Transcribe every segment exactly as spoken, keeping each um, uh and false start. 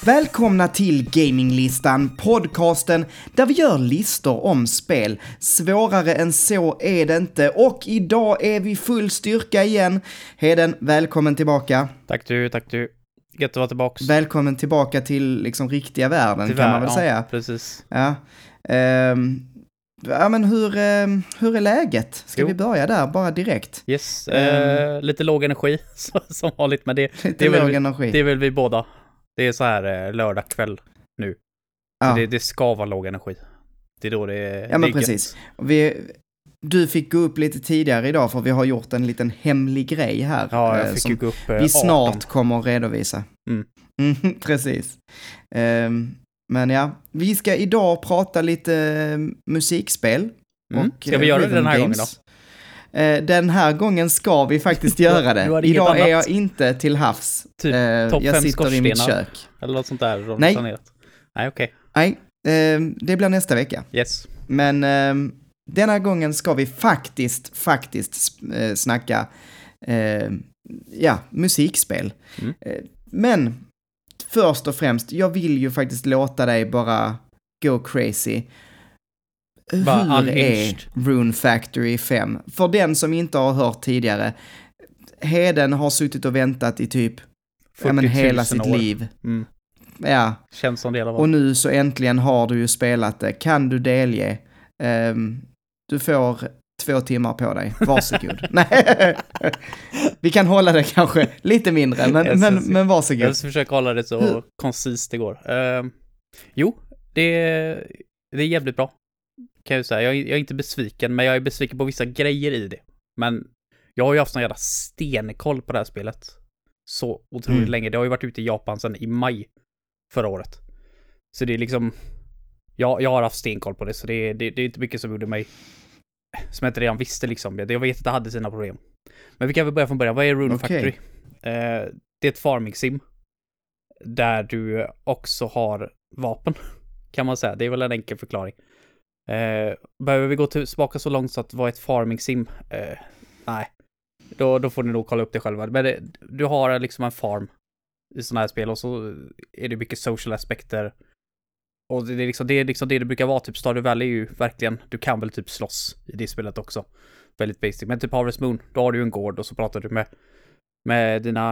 Välkomna till Gaminglistan, podcasten där vi gör listor om spel. Svårare än så är det inte och idag är vi full styrka igen. Heden, välkommen tillbaka. Tack du, tack du. Gött att vara tillbaka. Välkommen tillbaka till liksom riktiga världen till kan världen, man väl ja, säga. Precis. Ja, um, ja men hur, um, hur är läget? Ska jo. vi börja där bara direkt? Yes, um, uh, lite låg energi som vanligt, men det, lite det, är låg väl, energi. det är väl vi båda. Det är så här uh, lördag kväll nu. Ja. Det, det ska vara låg energi. Det är då det är Ja men det är precis. Vi, du fick gå upp lite tidigare idag för vi har gjort en liten hemlig grej här. Ja, jag eh, fick som ju gå upp uh, vi snart arton. kommer att redovisa. Mm. Mm, precis. Um, men ja, vi ska idag prata lite uh, musikspel. Mm. Och, ska vi göra det den här games. gången då? Uh, den här gången ska vi faktiskt göra det. Idag annat. är jag inte till havs. Typ uh, jag sitter i mitt kök. Eller något sånt där. Nej. Planerat. Nej, okej. Okay. Nej, uh, det blir nästa vecka. Yes. Men uh, den här gången ska vi faktiskt, faktiskt uh, snacka uh, ja, musikspel. Mm. Uh, men först och främst, jag vill ju faktiskt låta dig bara go crazy. Bara Hur unhinged. är Rune Factory fem? För den som inte har hört tidigare, Heden har suttit och väntat i typ ja, men hela sitt år. liv. Mm. Ja. Känns som det alla var. Och nu så äntligen har du ju spelat det. Kan du delge? Um, du får två timmar på dig. Varsågod. Nej. Vi kan hålla det kanske lite mindre, men, yes, men, yes. men varsågod. Jag ska försöka hålla det så Hur? koncist det går. Uh, jo, det är, det är jävligt bra. Kan jag säga. Jag är, jag är inte besviken, men jag är besviken på vissa grejer i det. Men jag har ju haft sån jävla stenkoll på det här spelet. Så otroligt mm. länge. Det har ju varit ute i Japan sedan i maj förra året. Så det är liksom... Jag, jag har haft stenkoll på det, så det är, det, det är inte mycket som gjorde mig... Som jag inte redan visste liksom. Jag vet att det hade sina problem. Men vi kan väl börja från början. Vad är Rune okay. Factory? Uh, det är ett farming sim. Där du också har vapen. Kan man säga. Det är väl en enkel förklaring. Uh, behöver vi gå tillbaka så långt så att vara ett farming sim? Uh, nej. Då, då får ni nog kolla upp det själva. Men det, du har liksom en farm i sådana här spel och så är det mycket social aspekter. Och det är liksom det, är liksom det det brukar vara. Typ Stardew Valley är ju verkligen, du kan väl typ slåss i det spelet också. Väldigt basic. Men typ Harvest Moon, då har du ju en gård och så pratar du med, med dina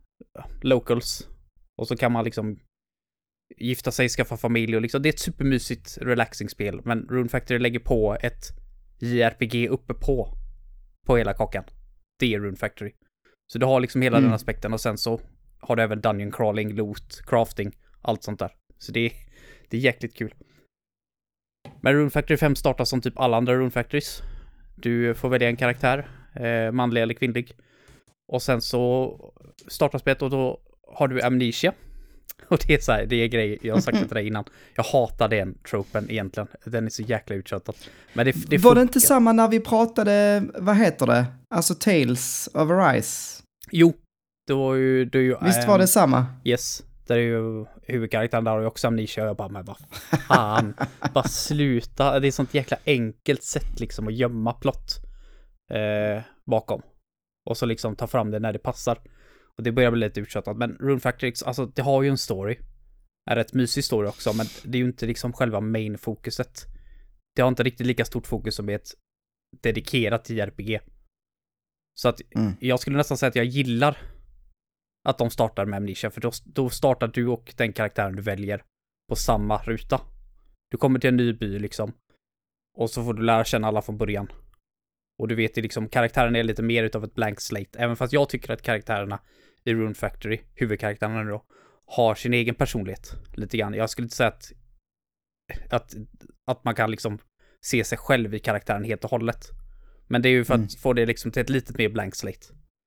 locals. Och så kan man liksom gifta sig, skaffa familj och liksom, det är ett supermysigt relaxing spel. Men Rune Factory lägger på ett J R P G uppe på på hela kakan. Det är Rune Factory. Så du har liksom hela mm. den aspekten och sen så har du även dungeon crawling, loot, crafting, allt sånt där. Så det är, det är jäkligt kul. Men Rune Factory fem startar som typ alla andra Rune Factories. Du får välja en karaktär, eh, manlig eller kvinnlig. Och sen så startar spelet och då har du amnesia. Och det är så här, det är grejer, jag har sagt det till dig innan. Jag hatar den tropen egentligen. Den är så jäkla utköttad. Men det, det var det inte samma när vi pratade, vad heter det? Alltså Tales of Arise. Jo, det var ju... Det ju Visst var det samma? Yes, det är ju huvudkaraktären där och också amnesia. Och jag bara, men vad fan, bara sluta. Det är sånt jäkla enkelt sätt liksom att gömma plott eh, bakom. Och så liksom ta fram det när det passar. Och det börjar bli lite utköttat. Men Rune Factory, alltså det har ju en story. Är ett mysig story också. Men det är ju inte liksom själva main-fokuset. Det har inte riktigt lika stort fokus som ett dedikerat J R P G. Så att mm. jag skulle nästan säga att jag gillar att de startar med amnesia. För då, då startar du och den karaktären du väljer på samma ruta. Du kommer till en ny by liksom. Och så får du lära känna alla från början. Och du vet ju liksom, karaktären är lite mer utav ett blank slate. Även fast jag tycker att karaktärerna i Rune Factory, huvudkaraktärerna nu då, har sin egen personlighet. Lite grann. Jag skulle inte säga att, att, att man kan liksom se sig själv i karaktären helt och hållet. Men det är ju för mm. att få det liksom till ett litet mer blank slate.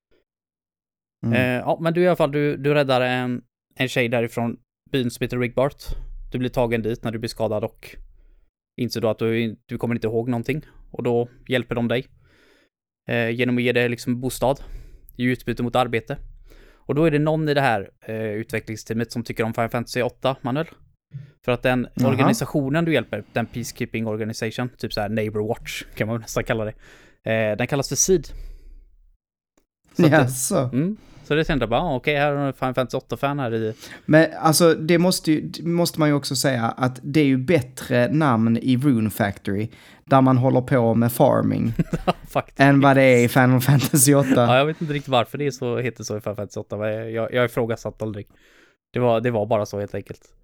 Mm. Eh, ja, men du i alla fall, du, du räddar en, en tjej därifrån byn som heter Rigbart. Du blir tagen dit när du blir skadad och inser då att du, du kommer inte ihåg någonting. Och då hjälper de dig. Eh, genom att ge dig liksom bostad i utbyte mot arbete. Och då är det någon i det här eh, utvecklingsteamet som tycker om Final Fantasy åtta, Manuel. För att den Aha. organisationen du hjälper, den Peacekeeping Organization, typ så här Neighbor Watch kan man nästan kalla det. Eh, den kallas för SEED. Så ja, så. Mm, Så det tänkte jag bara, ah, okej, här har Final Fantasy åtta-fan här i. Men alltså, det måste, ju, måste man ju också säga att det är ju bättre namn i Rune Factory, där man håller på med farming, än vad det är i Final Fantasy åtta. Ja, jag vet inte riktigt varför det är så, heter så i Final Fantasy åtta, men jag, jag ifrågasatt aldrig. Det var, det var bara så helt enkelt.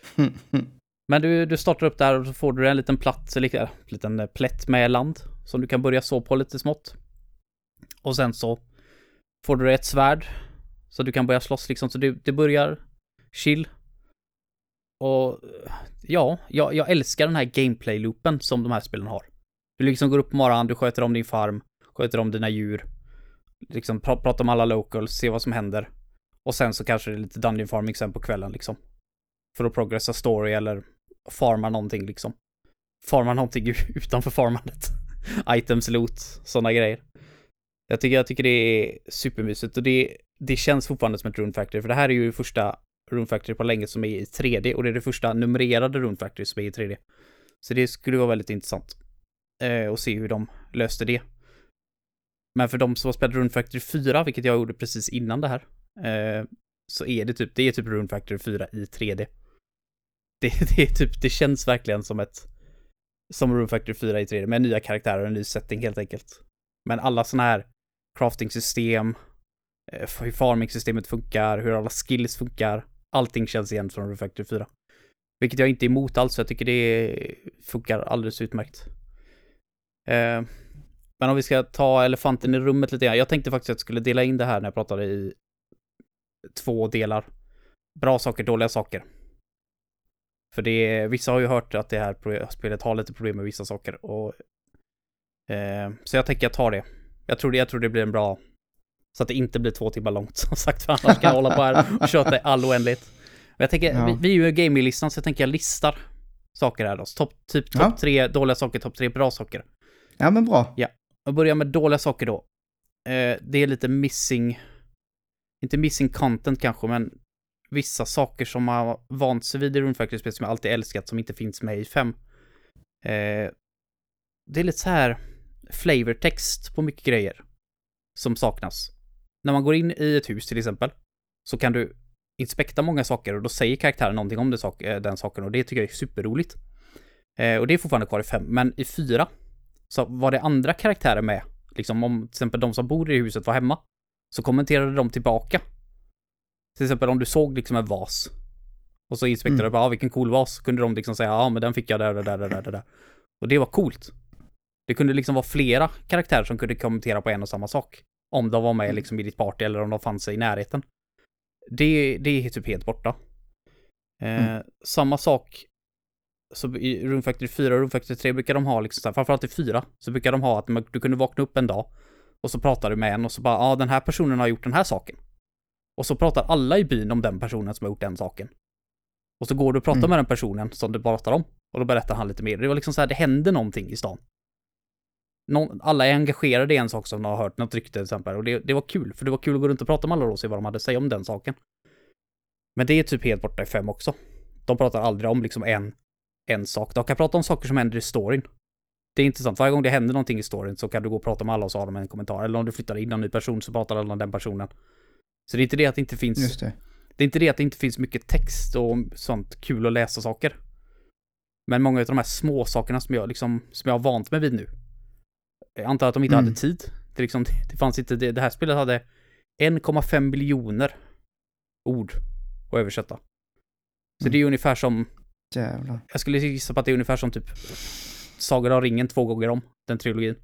Men du, du startar upp där och så får du en liten plats, eller en liten plätt med land som du kan börja så på lite smått. Och sen så får du ett svärd så du kan börja slåss liksom, så det, det börjar chill. Och ja, jag, jag älskar den här gameplay-loopen som de här spelen har. Du liksom går upp på morgonen, du sköter om din farm, sköter om dina djur, liksom pr- pratar med alla locals, se vad som händer. Och sen så kanske det är lite dungeon farming sen på kvällen liksom. För att progressa story eller farma någonting liksom. Farma någonting utanför farmandet. Items, loot, sådana grejer. Jag tycker, jag tycker det är supermysigt och det, det känns fortfarande som ett Rune Factory, för det här är ju första Rune Factory på länge som är i tre D och det är det första numrerade Rune Factory som är i tre D. Så det skulle vara väldigt intressant eh, att se hur de löste det. Men för de som har spelat Rune Factory fyra, vilket jag gjorde precis innan det här, eh, så är det typ, det är typ Rune Factory fyra i tre D. Det, det är typ, det känns verkligen som ett som Rune Factory fyra i tre D med nya karaktärer och en ny setting helt enkelt. Men alla såna här crafting-system, hur farming-systemet funkar, hur alla skills funkar, allting känns igen från Rune Factory fyra. Vilket jag inte är emot alls, så jag tycker det funkar alldeles utmärkt. Eh, men om vi ska ta elefanten i rummet lite grann. Jag tänkte faktiskt att jag skulle dela in det här när jag pratade i två delar. Bra saker, dåliga saker. För det, vissa har ju hört att det här spelet har lite problem med vissa saker. Och, eh, så jag tänker att jag tar det. Jag tror det, jag tror det blir en bra... Så att det inte blir två timmar långt, som sagt. För annars kan jag hålla på här och köta all oändligt. Men jag tänker, ja. vi, vi är ju i gaming-listan, så jag tänker jag listar saker här då. Top, typ topp ja. tre dåliga saker, topp tre bra saker. Ja, men bra. Ja, och börja med dåliga saker då. Eh, det är lite missing... Inte missing content kanske, men vissa saker som har vant sig vid i Rune Factory-spel som jag alltid älskat, som inte finns med i fem. Eh, det är lite så här flavortext på mycket grejer som saknas. När man går in i ett hus till exempel, så kan du inspekta många saker och då säger karaktären någonting om det sak- den saken, och det tycker jag är superroligt. Eh, och det är fortfarande kvar i fem, men i fyra så var det andra karaktärer med. Liksom om till exempel de som bor i huset var hemma, så kommenterade de tillbaka. Till exempel om du såg liksom en vas och så inspekterade mm. du bara, ah, vilken cool vas, kunde de liksom säga, ja ah, men den fick jag där, där, där, där, där, där. Och det var coolt. Det kunde liksom vara flera karaktärer som kunde kommentera på en och samma sak. Om de var med liksom i ditt party eller om de fanns i närheten. Det, det är typ helt borta. Eh, mm. Samma sak så i Rune Factory fyra och Rune Factory tre brukar de ha liksom så här, framförallt i fyra så brukar de ha att du kunde vakna upp en dag och så pratar du med en och så bara, ja ah, den här personen har gjort den här saken. Och så pratar alla i byn om den personen som har gjort den saken. Och så går du och pratar mm. med den personen som du pratar om. Och då berättar han lite mer. Det var liksom så här, det hände någonting i stan. Någon, alla är engagerade i en sak som de har hört något rykte till exempel. Och det, det var kul. För det var kul att gå runt och prata med alla och se vad de hade att säga om den saken. Men det är typ helt borta i fem också. De pratar aldrig om liksom en, en sak. De kan prata om saker som händer i storyn. Det är intressant. Varje gång det händer någonting i storyn så kan du gå och prata med alla och så har de en kommentar. Eller om du flyttar in en ny person så pratar alla om den personen. Så det är inte det att det inte finns... Just det. Det är inte det att det inte finns mycket text och sånt kul att läsa saker. Men många av de här små sakerna som jag, liksom, som jag har vant mig vid nu. Jag antar att de inte mm. hade tid. Det, liksom, det fanns inte... Det, det här spelet hade en komma fem miljoner ord att översätta. Så mm. det är ungefär som... Jävlar. Jag skulle gissa på att det är ungefär som typ Sagan av ringen två gånger om, den trilogin.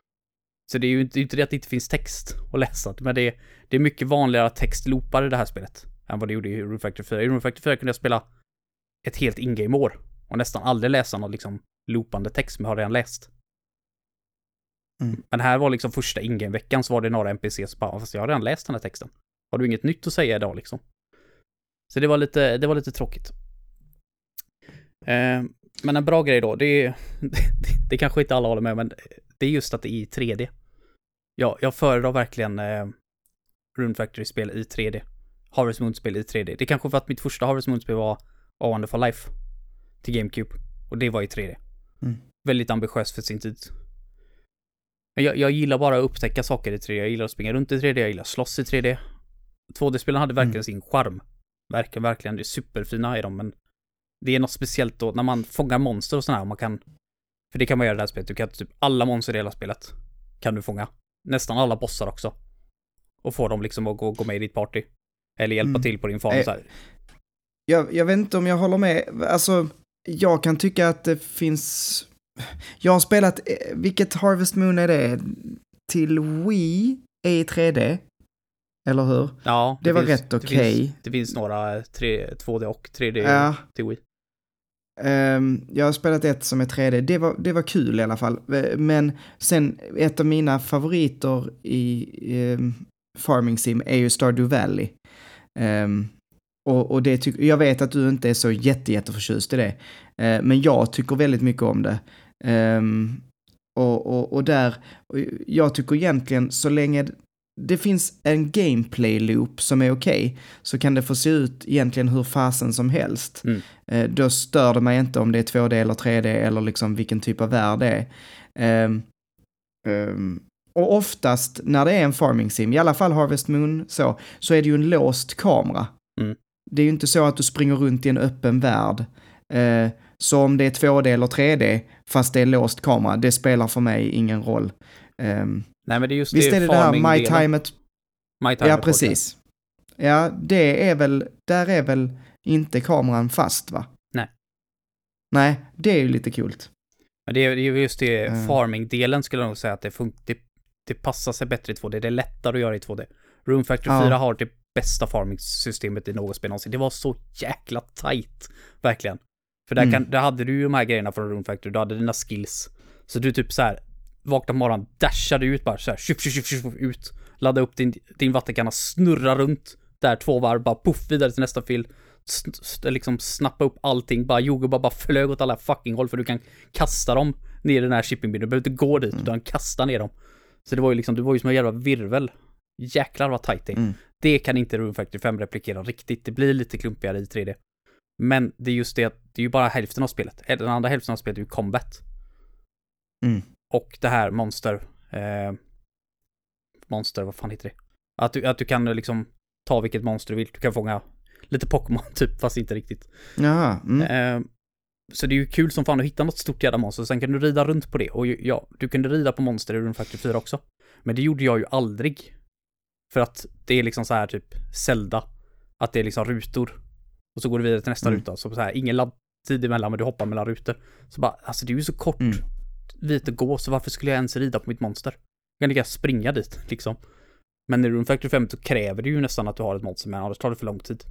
Så det är ju inte, inte det att det inte finns text att läsa, men det är, det är mycket vanligare textloopar i det här spelet än vad det gjorde i Rune Factory fyra. I Rune Factory fyra kunde jag spela ett helt in-game-år och nästan aldrig läsa någon liksom loopande text som jag har redan läst. Mm. Men här var liksom första in-game-veckan så var det några N P C som bara, fast jag har redan läst den här texten. Har du inget nytt att säga idag liksom? Så det var lite, det var lite tråkigt. Eh, men en bra grej då, det är det, det kanske inte alla håller med, men det är just att det är i tre D. Ja, jag föredrar verkligen eh, Rune Factory-spel i tre D. Harvest Moon-spel i tre D. Det är kanske för att mitt första Harvest Moon-spel var A Wonderful Life till GameCube. Och det var i tre D. Mm. Väldigt ambitiöst för sin tid. Men jag, jag gillar bara att upptäcka saker i tre D. Jag gillar att springa runt i tre D. Jag gillar att slåss i tre D. två D-spelen hade verkligen Mm. sin charm. Verkligen, verkligen. Det är superfina i dem, men det är något speciellt då när man fångar monster och sådär. Och man kan, för det kan man göra i det här spelet. Du kan typ alla monster i hela spelet kan du fånga. Nästan alla bossar också. Och få dem liksom att gå, gå med i ditt party. Eller hjälpa Mm. till på din farm och så här. Jag, jag vet inte om jag håller med. Alltså, jag kan tycka att det finns... Jag har spelat... Vilket Harvest Moon är det? Till Wii är i tre D. Eller hur? Ja, det, det var finns, rätt okej. Okay. Det, finns, det finns några tre, två D och tre D ja. till Wii. Um, jag har spelat ett som är tre D. Det var, det var kul i alla fall. Men sen, ett av mina favoriter i um, Farming Sim är ju Stardew Valley. Um, och, och det tyck- jag vet att du inte är så jätte, jätteförtjust i det. Uh, men jag tycker väldigt mycket om det. Um, och, och, och där, och jag tycker egentligen så länge det finns en gameplay loop som är okej, okay, så kan det få se ut egentligen hur fasen som helst. Mm. Eh, då stör det mig inte om det är två D eller tre D eller liksom vilken typ av värld det är. Um, um, och oftast när det är en farming sim, i alla fall Harvest Moon så, så är det ju en låst kamera. Mm. Det är ju inte så att du springer runt i en öppen värld. Uh, så om det är två D eller tre D, fast det är låst kamera, det spelar för mig ingen roll. Um, Nej, men det är just visst det, är det det här My Time at... My time ja, at precis. Work. Ja, det är väl... Där är väl inte kameran fast, va? Nej. Nej, det är ju lite kul. Men det är ju just det, mm. farming-delen skulle jag nog säga att det, fun- det, det passar sig bättre i två D. Det är lättare att göra i två D. Rune Factory ja. fyra har det bästa farming-systemet i något spel någonsin. Det var så jäkla tight, verkligen. För där, mm. kan, där hade du ju de här grejerna från Rune Factory, du hade dina skills. Så du typ så här vaknade på morgonen, dashade ut bara så här, tjup, tjup, tjup, tjup, ut. Ladda upp din, din vattenkanna, snurra runt där två varv, bara puff vidare till nästa fil. S- s- liksom snappa upp allting, bara jordgubbar bara flög åt alla fucking håll, för du kan kasta dem ner i den här shippingbilen. Du behöver inte gå dit, utan kasta ner dem. Så det var ju liksom, det var ju som en jävla virvel. Jäklar vad tight det är. Mm. Det kan inte Rune Factory fem replikera riktigt. Det blir lite klumpigare i tre D. Men det är just det att det är ju bara hälften av spelet. Den andra hälften av spelet är ju combat. Mm. Och det här monster eh, monster, vad fan heter det? Att du, att du kan liksom ta vilket monster du vill. Du kan fånga lite Pokémon typ, fast inte riktigt. Jaha. Mm. Eh, så det är ju kul som fan att hitta något stort jävla monster. Sen kan du rida runt på det. Och ja, du kunde rida på monster i Rune Factory fyra också. Men det gjorde jag ju aldrig. För att det är liksom så här typ Zelda. Att det är liksom rutor. Och så går du vidare till nästa mm. ruta. Så, så här, ingen laddtid emellan, men du hoppar mellan rutor. Så bara, alltså det är ju så kort mm. vid att gå, så varför skulle jag ens rida på mitt monster? Jag kan lika springa dit, liksom. Men i Rune Factory fem så kräver det ju nästan att du har ett monster, men annars tar det för lång tid.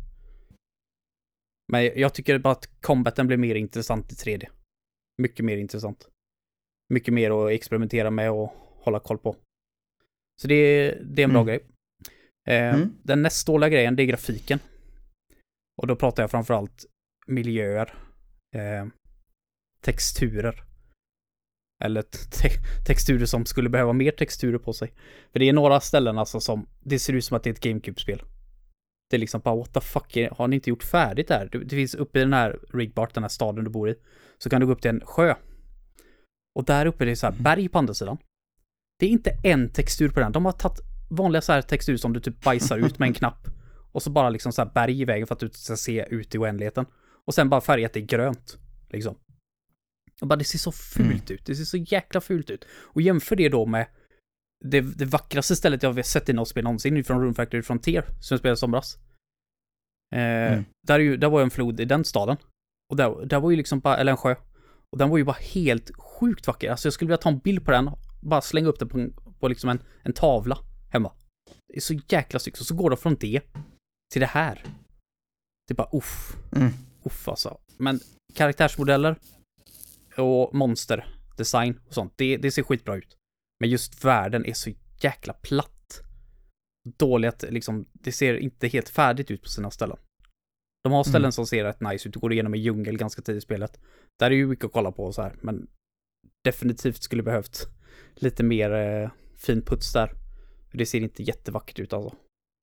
Men jag tycker bara att combaten blir mer intressant i tre D. Mycket mer intressant. Mycket mer att experimentera med och hålla koll på. Så det är, det är en bra mm. grej. Eh, mm. Den nästa dåliga grejen, det är grafiken. Och då pratar jag framförallt miljöer. Eh, texturer. Eller te- texturer som skulle behöva mer texturer på sig. För det är några ställen alltså som, det ser ut som att det är ett GameCube-spel. Det är liksom bara, what the fuck, har ni inte gjort färdigt där? Det, det finns uppe i den här Rigbart, den här staden du bor i, så kan du gå upp till en sjö. Och där uppe är det så här berg på andra sidan. Det är inte en textur på den. De har tagit vanliga så här texturer som du typ bajsar ut med en knapp. Och så bara liksom så här berg i vägen för att du ska se ut i oändligheten. Och sen bara färgat det grönt. Liksom. Och bara det ser så fult mm. ut. Det ser så jäkla fult ut. Och jämför det då med det, det vackraste stället jag har sett i något spel någonsin från Rune Factory Frontier som jag spelade i somras. Eh, mm. där, är ju, där var en flod i den staden. Och där, där var ju liksom bara, eller en sjö. Och den var ju bara helt sjukt vacker. Alltså jag skulle vilja ta en bild på den. Bara slänga upp den på, på liksom en, en tavla hemma. Det är så jäkla snyggt. Och så går det från det till det här. Det är bara uff. Mm. Uff alltså. Men karaktärsmodeller och monsterdesign och sånt, det, det ser skitbra ut. Men just världen är så jäkla platt. Dåligt, liksom, det ser inte helt färdigt ut på sina ställen. De har ställen mm. som ser rätt nice ut. Du går igenom en djungel ganska tidigt i spelet. Där är ju mycket att kolla på och så här. Men definitivt skulle behövt lite mer eh, fin puts där. Det ser inte jättevackert ut alltså.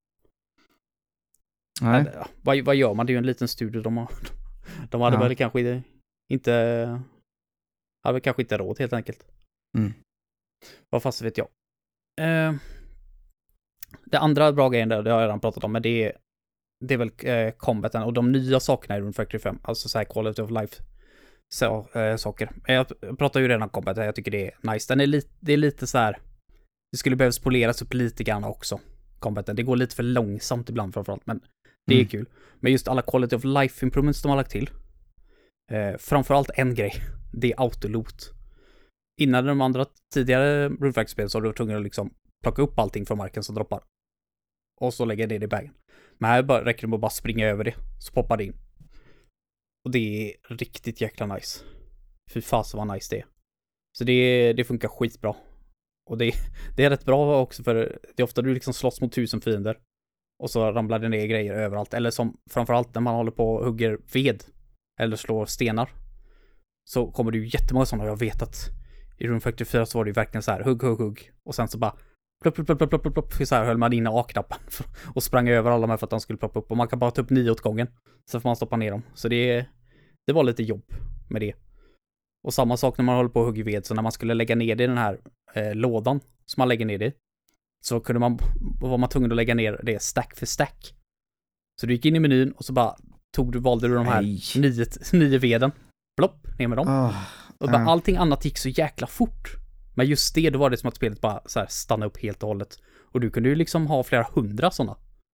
Nej. Eller, ja, vad, vad gör man? Det är ju en liten studio. De, har, de hade ja. väl kanske inte hade väl kanske inte råd helt enkelt. Mm. Vad fast vet jag. Eh, det andra bra grejen där, det har jag redan pratat om, men det är, det är väl eh, combaten och de nya sakerna i Rune Factory fem, alltså så här quality of life så, eh, saker. Jag pratar ju redan om combaten, jag tycker det är nice. Den är lite, det är lite så här, det skulle behöva poleras upp lite grann också, combaten. Det går lite för långsamt ibland framförallt, men det är mm. kul. Men just alla quality of life improvements de har lagt till, eh, framförallt en grej, det är autoloot. Innan de andra tidigare Rune Factory-spel så har du tvungen att liksom plocka upp allting från marken som droppar. Och så lägger det i bagen. Men här bara, räcker det med att bara springa över det. Så poppar det in. Och det är riktigt jäkla nice. Fy fasen vad nice det är. Så det, det funkar skitbra. Och det, det är rätt bra också för det är ofta du liksom slåss mot tusen fiender. Och så ramlar det ner grejer överallt. Eller som framförallt när man håller på och hugger ved. Eller slår stenar. Så kommer det ju jättemånga sådana. Jag vet att i Rune Factory fyra så var det ju verkligen så här hugg, hugg, hugg. Och sen så bara plopp, plopp, plopp, plopp, plopp, plopp. Så här höll man in A-knappen och sprang över alla de här för att de skulle ploppa upp. Och man kan bara ta upp nio åt gången. Så får man stoppa ner dem. Så det, det var lite jobb med det. Och samma sak när man håller på att hugga ved. Så när man skulle lägga ner det i den här eh, lådan som man lägger ner det, så kunde man, var man tvungen att lägga ner det stack för stack. Så du gick in i menyn och så bara tog du, valde du de här nio, nio veden. Plopp, ner med dem. Oh, och bara, uh. allting annat gick så jäkla fort. Men just det, då var det som att spelet bara så här stanna upp helt och hållet. Och du kunde ju liksom ha flera hundra sådana.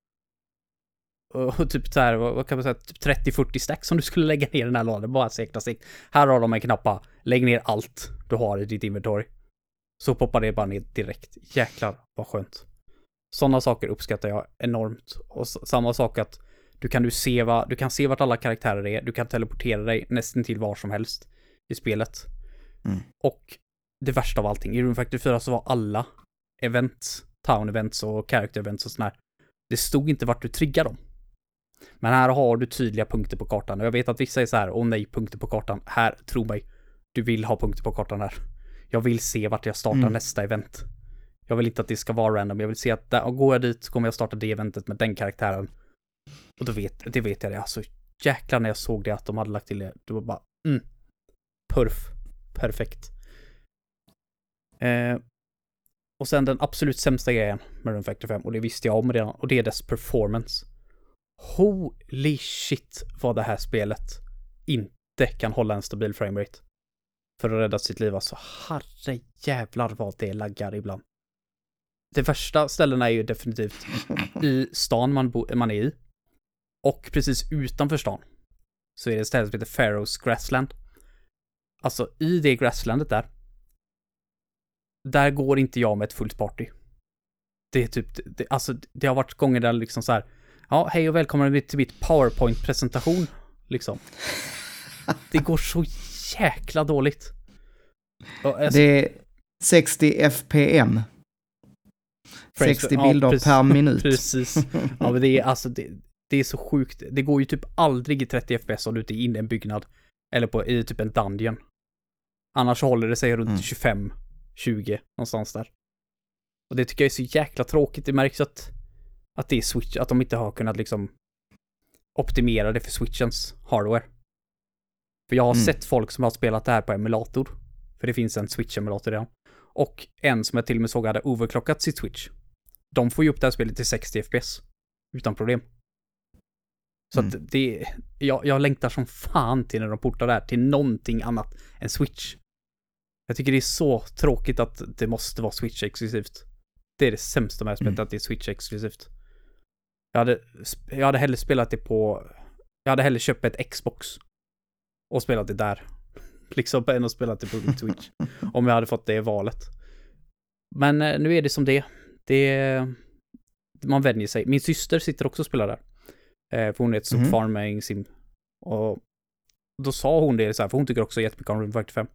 Och typ så här, vad kan man säga, typ trettio fyrtio stack som du skulle lägga ner i den här lådan. Bara säkra sig. Här har de en knappa. Lägg ner allt du har i ditt inventory. Så poppar det bara ner direkt. Jäklar, vad skönt. Sådana saker uppskattar jag enormt. Och s- samma sak att du kan, du, se va, du kan se vart alla karaktärer är. Du kan teleportera dig nästan till var som helst i spelet. Mm. Och det värsta av allting. I Rune Factory fyra så var alla events, town events och character events och sådär. Det stod inte vart du triggar dem. Men här har du tydliga punkter på kartan. Och jag vet att vissa är så här, åh nej, punkter på kartan. Här, tro mig, du vill ha punkter på kartan här. Jag vill se vart jag startar mm. nästa event. Jag vill inte att det ska vara random. Jag vill se att där, går jag dit så kommer jag starta det eventet med den karaktären. Och då vet, det vet jag det. Alltså jäklar när jag såg det att de hade lagt till det. Det var bara, mm, perf. Perfekt. Eh, och sen den absolut sämsta grejen med Rune Factory fem, och det visste jag om redan, och det är dess performance. Holy shit vad det här spelet inte kan hålla en stabil framerate för att rädda sitt liv. Alltså herre jävlar vad det laggar ibland. Det värsta ställena är ju definitivt i stan man, bo- man är i, och precis utanför stan så är det ett ställe som heter Pharaoh's Grassland. Alltså i det grasslandet där där går inte jag med ett fullt party. Det är typ, det, alltså det har varit gånger där liksom så här, ja, hej och välkommen till mitt PowerPoint-presentation liksom. Det går så jäkla dåligt. Och, alltså, det är sextio F P M. sextio ja, bilder precis, per minut. Precis. Ja, men det är alltså det, det är så sjukt. Det går ju typ aldrig i trettio F P S om du inte är inne i en byggnad eller på i typ en dungeon. Annars håller det sig runt mm. tjugofem tjugo någonstans där. Och det tycker jag är så jäkla tråkigt. Det märks att att det är Switch, att de inte har kunnat liksom optimera det för Switchens hardware. För jag har mm. sett folk som har spelat det här på emulator. För det finns en Switch-emulator redan. Och en som jag till och med såg hade overclockat sitt Switch. De får ju upp det här spelet till sextio F P S. Utan problem. Så mm. att det, jag, jag längtar som fan till när de portar det här till någonting annat än Switch. Jag tycker det är så tråkigt att det måste vara Switch-exklusivt. Det är det sämsta med att spelet, mm. att det är Switch-exklusivt. Jag hade, jag hade hellre spelat det på... Jag hade hellre köpt ett Xbox och spelat det där. Liksom än att spela det på Switch. Om jag hade fått det valet. Men nu är det som det. Det man vänjer sig. Min syster sitter också och spelar där. För hon är ett stort mm. farming sim. Och då sa hon det så här, för hon tycker också jättemycket om Rune Factory fem.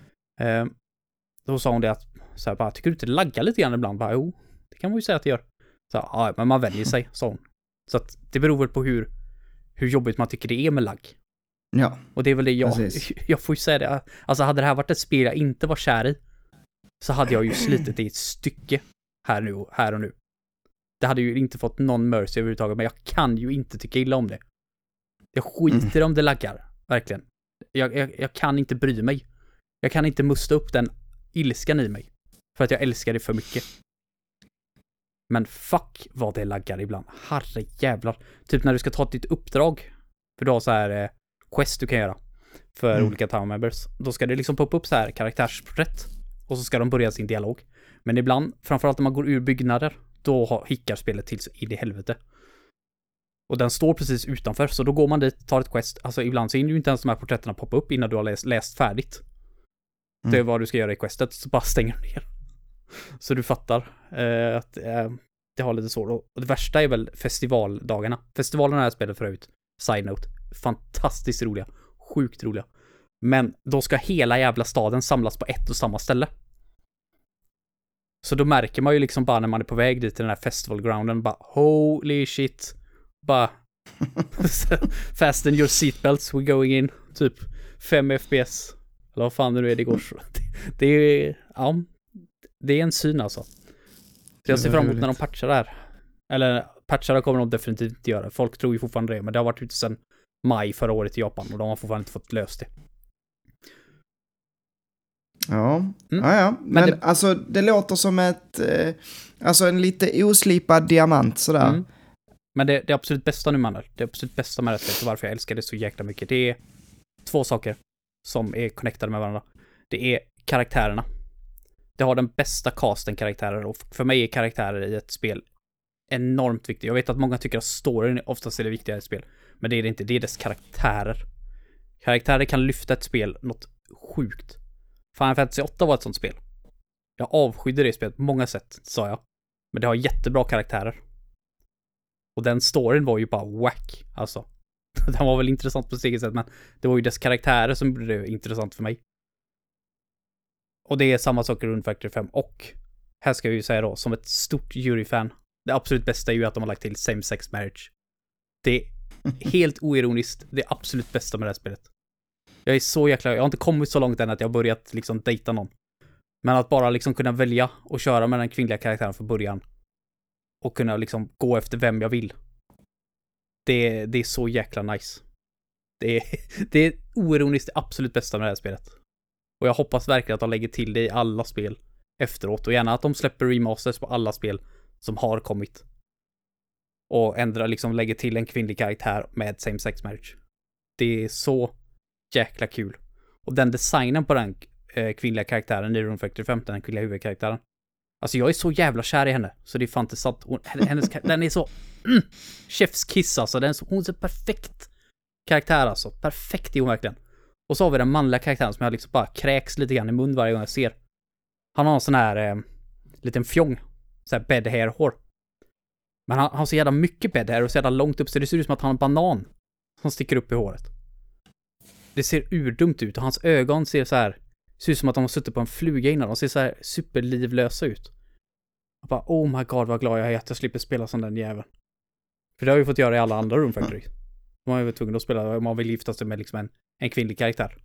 Då sa hon det att så här, bara, tycker du inte det laggar lite grann ibland? Bara, jo, det kan man ju säga att det gör. Så, ja, men man vänjer sig, sa hon. Så att det beror väl på hur, hur jobbigt man tycker det är med lagg. Ja. Och det är väl det jag, jag får ju säga det. Alltså hade det här varit ett spel jag inte var kär i, så hade jag ju slitit i ett stycke här, nu, här och nu. Det hade ju inte fått någon mercy överhuvudtaget, men jag kan ju inte tycka illa om det. Jag skiter mm. om det laggar, verkligen. Jag, jag, jag kan inte bry mig. Jag kan inte musta upp den ilskan i mig. För att jag älskar det för mycket. Men fuck vad det laggar ibland. Herre jävlar. Typ när du ska ta ditt uppdrag. För du har så här eh, quest du kan göra. För mm. olika town members. Då ska det liksom poppa upp så här karaktärsporträtt. Och så ska de börja sin dialog. Men ibland, framförallt när man går ur byggnader, då har, hickar spelet till sig in i helvete. Och den står precis utanför. Så då går man dit, tar ett quest. Alltså ibland så hinner ju inte ens de här porträtterna poppa upp innan du har läst, läst färdigt. Mm. Det är vad du ska göra i questet. Så bara stänger du ner. Så du fattar eh, att eh, det har lite svårt. Och det värsta är väl festivaldagarna. Festivalerna här spelet förut. Side note. Fantastiskt roliga. Sjukt roliga. Men då ska hela jävla staden samlas på ett och samma ställe. Så då märker man ju liksom bara när man är på väg dit till den här festivalgrounden. Bara holy shit. Bara fasten your seatbelts. We're going in. Typ fem F P S. Eller vad fan det nu är det går. Det, det är ja. Det är en syn alltså. Så jag ser fram emot när de patchar det här. Eller patchar kommer de definitivt inte göra. Folk tror ju fortfarande det. Men det har varit ute sedan maj förra året i Japan. Och de har fortfarande inte fått löst det. Ja, mm. ja, ja. Men, men det, alltså det låter som ett... Eh, alltså en lite oslipad diamant sådär. Mm. Men det, det absolut bästa nu man Det absolut bästa med det här och varför jag älskar det så jäkla mycket. Det är två saker som är connectade med varandra. Det är karaktärerna. Det har den bästa casten karaktärer och för mig är karaktärer i ett spel enormt viktigt. Jag vet att många tycker att storyn oftast är det viktiga i ett spel. Men det är det inte, det är dess karaktärer. Karaktärer kan lyfta ett spel något sjukt. Final Fantasy åtta var ett sånt spel. Jag avskydde det spelet på många sätt, sa jag. Men det har jättebra karaktärer. Och den storyn var ju bara whack, alltså. Den var väl intressant på sitt eget sätt, men det var ju dess karaktärer som blev intressant för mig. Och det är samma sak i Rune Factory fem. Och här ska jag ju säga då, som ett stort juryfan, det absolut bästa är ju att de har lagt till same-sex marriage. Det är helt oironiskt det absolut bästa med det här spelet. Jag är så jäkla... Jag har inte kommit så långt än att jag har börjat liksom dejta någon. Men att bara liksom kunna välja och köra med den kvinnliga karaktären från början. Och kunna liksom gå efter vem jag vill. Det, det är så jäkla nice. Det är, det är oironiskt det absolut bästa med det här spelet. Och jag hoppas verkligen att de lägger till det i alla spel efteråt. Och gärna att de släpper remasters på alla spel som har kommit. Och ändrar liksom, lägger till en kvinnlig karaktär med same-sex marriage. Det är så jäkla kul. Och den designen på den eh, kvinnliga karaktären i Rune Factory fem, den kvinnliga huvudkaraktären. Alltså jag är så jävla kär i henne. Så det är fan inte sant. Hon, hennes, den är så... Mm, chefskiss alltså. Den är så, hon är så perfekt karaktär alltså. Perfekt är hon verkligen. Och så har vi den manliga karaktären som jag liksom bara kräks lite grann i mun varje gång jag ser. Han har en sån här eh, liten fjong. Så här bed hair hår. Men han, han har så jävla mycket bed hair och så jävla långt upp så det ser ut som att han har en banan som sticker upp i håret. Det ser urdumt ut och hans ögon ser så här, ser ut som att de har suttit på en fluga innan. De ser så här superlivlösa ut. Jag bara, oh my god vad glad jag är att jag slipper spela som den jäveln. För det har jag ju fått göra i alla andra Rune Factory. Man är ju tvungen att spela om man vill gifta sig med liksom en, en kvinnlig karaktär.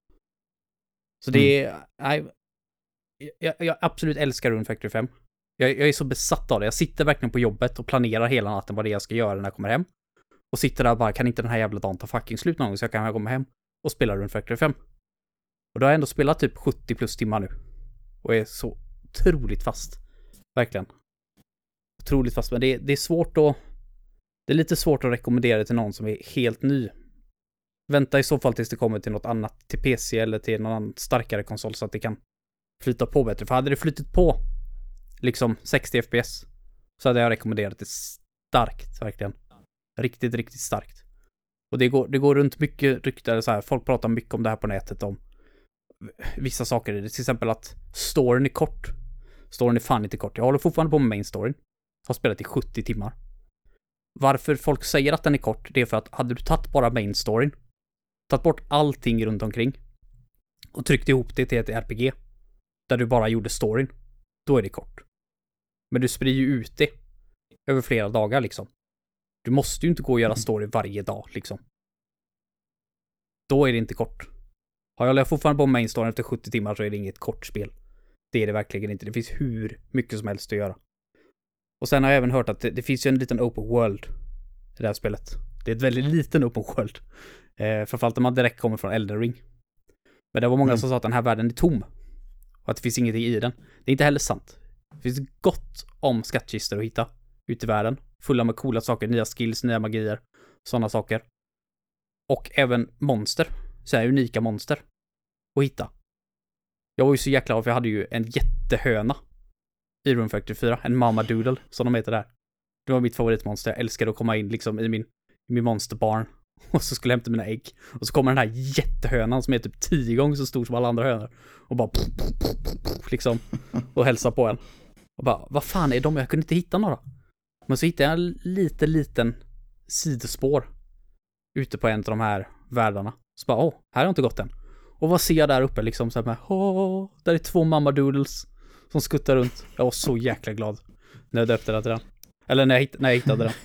Så det är... Mm. Jag, jag absolut älskar Rune Factory fem. Jag, jag är så besatt av det. Jag sitter verkligen på jobbet och planerar hela natten vad det är jag ska göra när jag kommer hem. Och sitter där och bara, kan inte den här jävla dagen ta fucking slut någon gång så jag kan komma hem och spela Rune Factory fem. Och då har jag ändå spelat typ sjuttio plus timmar nu. Och är så otroligt fast. Verkligen. Otroligt fast. Men det, det är svårt att... Det är lite svårt att rekommendera det till någon som är helt ny. Vänta i så fall tills det kommer till något annat. Till P C eller till någon annan starkare konsol så att det kan flyta på bättre. För hade det flyttat på liksom sextio F P S så hade jag rekommenderat det starkt, verkligen. Riktigt, riktigt starkt. Och det går, det går runt mycket rykten så här. Folk pratar mycket om det här på nätet om vissa saker. Till exempel att storyn är kort. Storyn är fan inte kort. Jag håller fortfarande på med main storyn. Har spelat i sjuttio timmar. Varför folk säger att den är kort, det är för att hade du tagit bara main storyn, tagit bort allting runt omkring och tryckt ihop det till ett R P G där du bara gjorde storyn, då är det kort. Men du sprider ju ut det över flera dagar liksom. Du måste ju inte gå och göra story varje dag liksom. Då är det inte kort. Har jag fortfarande på main storyn efter sjuttio timmar så är det inget kort spel. Det är det verkligen inte. Det finns hur mycket som helst att göra. Och sen har jag även hört att det, det finns ju en liten open world i det här spelet. Det är ett väldigt liten open world. Eh, framförallt om man direkt kommer från Elden Ring. Men det var många mm. som sa att den här världen är tom. Och att det finns ingenting i den. Det är inte heller sant. Det finns gott om skattkistor att hitta ute i världen. Fulla med coola saker, nya skills, nya magier, sådana saker. Och även monster, så här unika monster att hitta. Jag var ju så jäkla av, för jag hade ju en jättehöna i Rune Factory fyra, en Mama Doodle som de heter där. Det var mitt favoritmonster, jag älskade att komma in liksom i min, i min monsterbarn och så skulle jag hämta mina ägg. Och så kommer den här jättehönan som är typ tio gånger så stor som alla andra hönor och bara liksom och hälsar på en. Och bara, vad fan är de? Jag kunde inte hitta några. Men så hittade jag en liten, liten sidospår ute på en av de här världarna. Så bara, åh, här har jag inte gått än. Och vad ser jag där uppe liksom så här med, åh, där är två Mama Doodles som skuttar runt. Jag var så jäkla glad när jag döpte den till den. Eller när jag, hitt- när jag hittade den.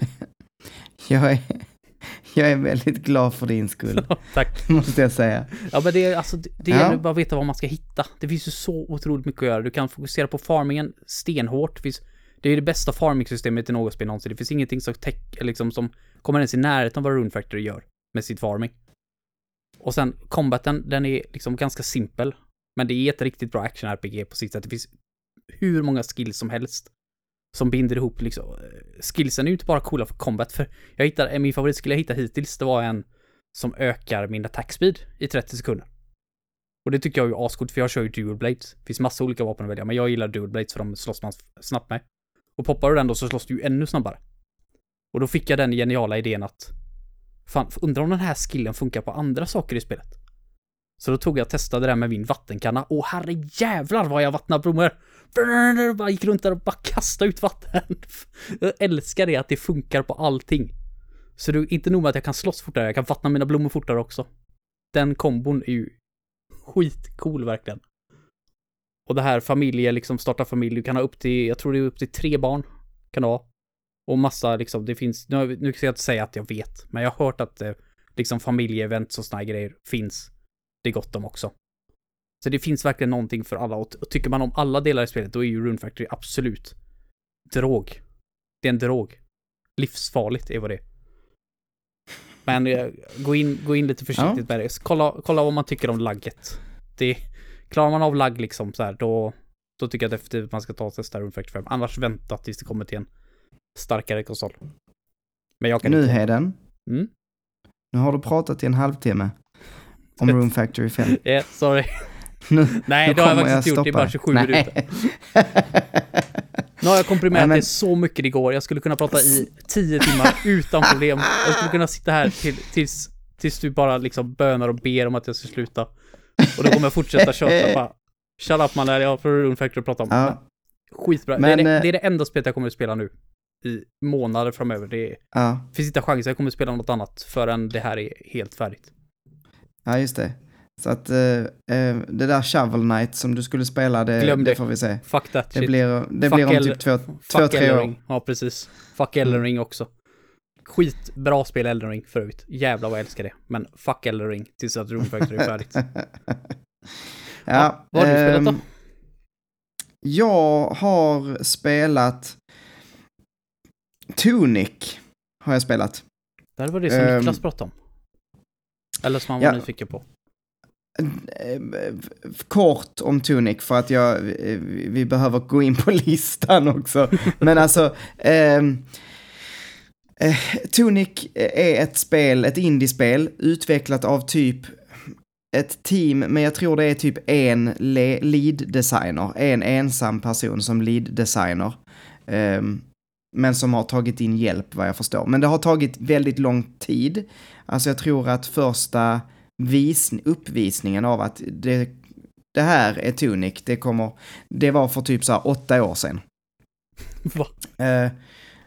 Jag är, jag är väldigt glad för din skull. Tack. Måste jag säga. Ja, men det är alltså, det, det Ja. gäller bara att veta vad man ska hitta. Det finns ju så otroligt mycket att göra. Du kan fokusera på farmingen stenhårt. Det, finns, det är det bästa farming-systemet i något spel någonsin. Det finns ingenting som, tech, liksom, som kommer ens i närheten av vad Rune Factory gör med sitt farming. Och sen, combaten, den är liksom ganska simpel. Men det är ett riktigt bra action-R P G på sitt sätt. Det finns hur många skills som helst som binder ihop liksom. Skillsen är ju inte bara coola för combat, för jag hittade, min favoritskill jag hittade hittills, det var en som ökar min attack speed i trettio sekunder. Och det tycker jag är ju ascoolt, för jag kör ju dual blades. Det finns massa olika vapen att välja, men jag gillar dual blades för de slåss man snabbt med. Och poppar du den då så slåss du ju ännu snabbare. Och då fick jag den geniala idén att fan, undrar om den här skillen funkar på andra saker i spelet. Så då tog jag och testade det med min vattenkanna. Åh herre jävlar vad jag vattnar blommor. Bara gick runt där och bara kastade ut vatten. Jag älskar det att det funkar på allting. Så det är inte nog med att jag kan slåss fortare, jag kan vattna mina blommor fortare också. Den kombon är ju skitcool verkligen. Och det här familje, liksom starta familj, du kan ha upp till, jag tror det är upp till tre barn kan det ha. Och massa liksom, det finns, nu, nu ska jag inte säga att jag vet, men jag har hört att eh, liksom familjeevents och såna här grejer finns. Det är gott om också. Så det finns verkligen någonting för alla. Och, och tycker man om alla delar i spelet, då är ju Rune Factory absolut drog. Det är en drog. Livsfarligt är vad det är. Men eh, gå, in, gå in lite försiktigt ja. med det. Kolla, kolla vad man tycker om lagget. Det, klarar man av lagg liksom så här, då, då tycker jag definitivt att man ska ta och testa Rune Factory fem. Annars vänta tills det kommer till en starkare konsol. Men jag kan nu inte... Heden. Mm? Nu har du pratat i en halvtimme om Rune Factory fem. Ja, yeah, sorry. Nu, Nej, nu det har jag faktiskt jag inte gjort. Det är bara tjugosju Nej. minuter. Nu har jag komprimerat Nej, men... det så mycket det går. Jag skulle kunna prata i tio timmar utan problem. Jag skulle kunna sitta här till, tills, tills du bara liksom bönar och ber om att jag ska sluta. Och då kommer jag fortsätta köta. Bara, shut up man, jag har för Rune Factory att prata om. Ja. Skitbra. Men, det, är det, det är det enda spelet jag kommer att spela nu. I månader framöver. Det är, ja. finns inte chans. Jag kommer att spela något annat förrän det här är helt färdigt. Ja, just det. Så att uh, uh, det där Shovel Knight som du skulle spela, det, Glöm det. det får vi se. Fuck that det shit. Blir, det Fuck blir om El- typ två, två Fuck tre Elden år. Ring. Ja, precis. Fuck Elden Ring också. Skitbra spel Elden Ring förut. Jävlar vad jag älskar det. Men fuck Elden Ring tills att Rune Factory är färdigt. ja, ja, vad har du spelat då? Um, jag har spelat Tunic har jag spelat. Det här var det som um, Niklas pratade om. Eller som han ja. var nyfiken på. Kort om Tunic för att jag vi behöver gå in på listan också. Men alltså eh, eh, Tunic är ett spel, ett indiespel utvecklat av typ ett team, men jag tror det är typ en le- lead designer, en ensam person som lead designer. Eh, men som har tagit in hjälp vad jag förstår. Men det har tagit väldigt lång tid. Alltså jag tror att första vis, uppvisningen av att det, det här är Tunic, det kommer, det var för typ så här åtta år sedan. Va? Eh, eh,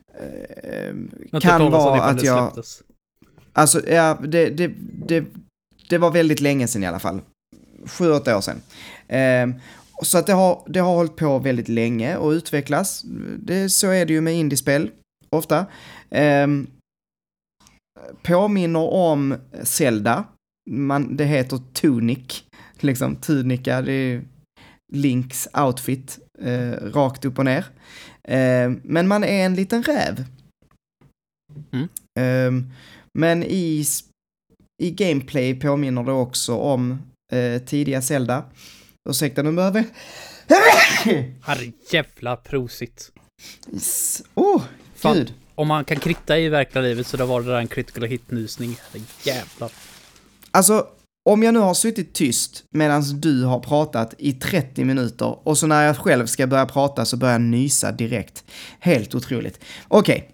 kan vara att jag... Släpptes. Alltså, ja, det, det, det, det var väldigt länge sedan i alla fall. Sju, åtta år sedan. Eh, så att det har, det har hållit på väldigt länge och utvecklas. Det, så är det ju med indiespel, ofta. Eh, påminner om Zelda. Man, det heter Tunic. Liksom, tunika, det är Links outfit. Eh, rakt upp och ner. Eh, men man är en liten räv. Mm. Eh, men i, i gameplay påminner det också om eh, tidiga Zelda. Ursäkta, nu behöver Herre jävla prosit. Yes. Oh, Fan, gud. om man kan kritta i verkliga livet så då var det där en critical hit-nysning. Herre jävlar. Alltså, om jag nu har suttit tyst medan du har pratat i trettio minuter och så när jag själv ska börja prata så börjar jag nysa direkt. Helt otroligt. Okej.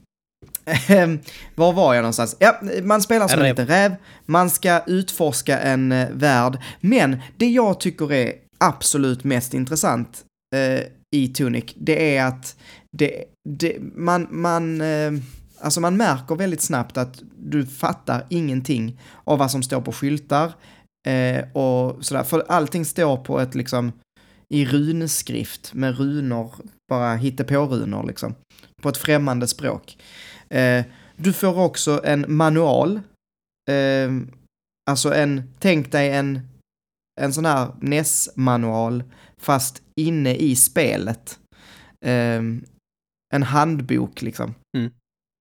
Okay. Var var jag någonstans? Ja, man spelar som en liten räv. Man ska utforska en uh, värld. Men det jag tycker är absolut mest intressant uh, i Tunic, det är att det, det, man, man, uh, alltså man märker väldigt snabbt att du fattar ingenting av vad som står på skyltar uh, och sådär. För allting står på ett liksom i runskrift med runor, bara hittepå-runor liksom, på ett främmande språk. Uh, du får också en manual, uh, alltså en, tänk dig en en sån här N E S-manual fast inne i spelet. Um, en handbok liksom. Mm.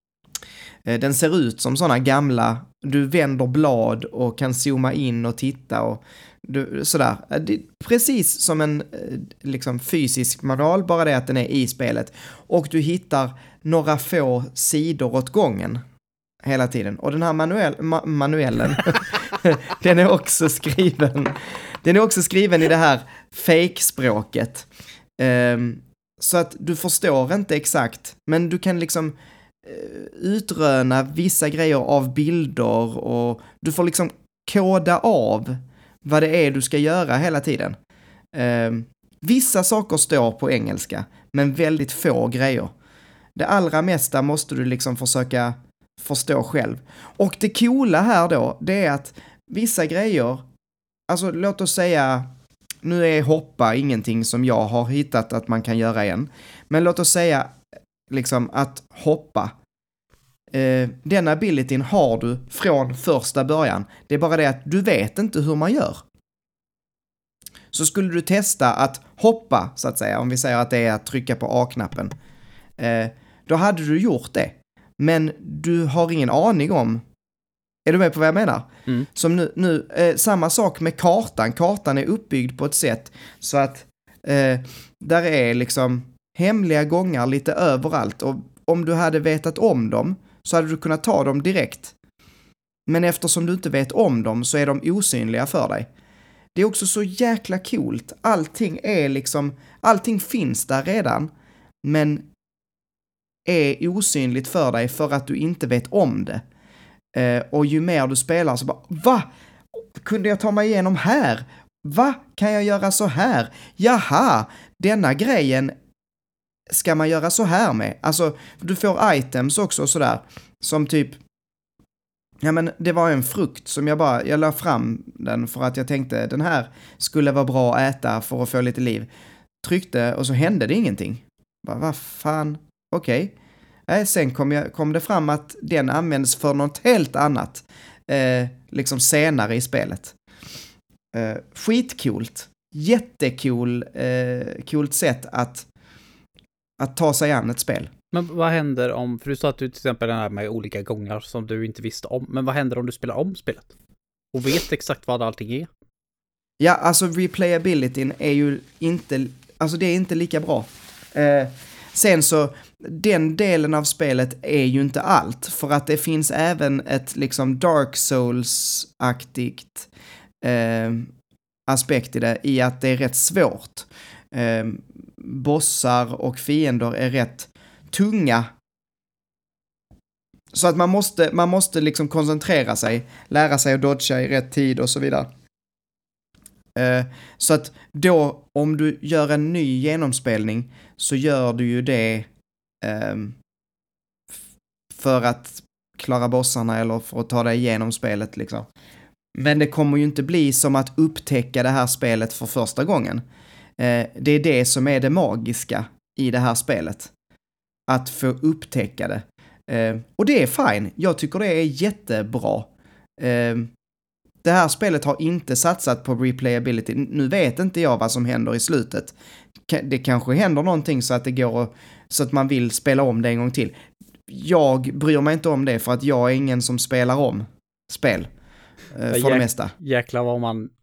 Uh, den ser ut som såna gamla, du vänder blad och kan zooma in och titta och du, sådär. Uh, det, precis som en uh, liksom fysisk manual, bara det att den är i spelet. Och du hittar några få sidor åt gången hela tiden. Och den här manuell, ma- manuellen den är också skriven den är också skriven i det här fake-språket. Um, så att du förstår inte exakt, men du kan liksom uh, utröna vissa grejer av bilder och du får liksom koda av vad det är du ska göra hela tiden. Um, vissa saker står på engelska, men väldigt få grejer. Det allra mesta måste du liksom försöka förstå själv. Och det coola här då, det är att vissa grejer, alltså låt oss säga, nu är hoppa ingenting som jag har hittat att man kan göra än, men låt oss säga liksom att hoppa, eh, den abilityn har du från första början. Det är bara det att du vet inte hur man gör. Så skulle du testa att hoppa, så att säga, om vi säger att det är att trycka på A-knappen, eh, då hade du gjort det. Men du har ingen aning om. Är du med på vad jag menar? Mm. Som nu, nu eh, samma sak med kartan. Kartan är uppbyggd på ett sätt så att eh, där är liksom hemliga gångar lite överallt. Och om du hade vetat om dem så hade du kunnat ta dem direkt. Men eftersom du inte vet om dem så är de osynliga för dig. Det är också så jäkla coolt. Allting är liksom, allting finns där redan. Men är osynligt för dig för att du inte vet om det. Eh, och ju mer du spelar så bara, va? Kunde jag ta mig igenom här? Va? Kan jag göra så här? Jaha, denna grejen ska man göra så här med. Alltså, du får items också och sådär. Som typ, ja men det var en frukt som jag bara, jag la fram den för att jag tänkte den här skulle vara bra att äta för att få lite liv. Tryckte och så hände det ingenting. Bara, vad fan? Okej. Okay. Sen kom, jag, kom det fram att den används för något helt annat. Eh, liksom senare i spelet. Eh, skitcoolt. Jättecool eh, coolt sätt att, att ta sig an ett spel. Men vad händer om, för du sa att du till exempel den här med olika gångar som du inte visste om. Men vad händer om du spelar om spelet? Och vet exakt vad allting är? Ja, alltså replayabilityn är ju inte, alltså det är inte lika bra. Eh, Sen så, den delen av spelet är ju inte allt. För att det finns även ett liksom Dark Souls-aktigt eh, aspekt i det. I att det är rätt svårt. Eh, bossar och fiender är rätt tunga. Så att man måste, man måste liksom koncentrera sig. Lära sig att dodga i rätt tid och så vidare. Eh, så att då, om du gör en ny genomspelning så gör du ju det eh, f- för att klara bossarna eller för att ta dig igenom spelet liksom. Men det kommer ju inte bli som att upptäcka det här spelet för första gången. Eh, det är det som är det magiska i det här spelet. Att få upptäcka det. Eh, och det är fine. Jag tycker det är jättebra. Eh, Det här spelet har inte satsat på replayability. Nu vet inte jag vad som händer i slutet. Det kanske händer någonting så att det går och, så att man vill spela om det en gång till. Jag bryr mig inte om det för att jag är ingen som spelar om spel. För Jäk, det mesta. Jäklar vad man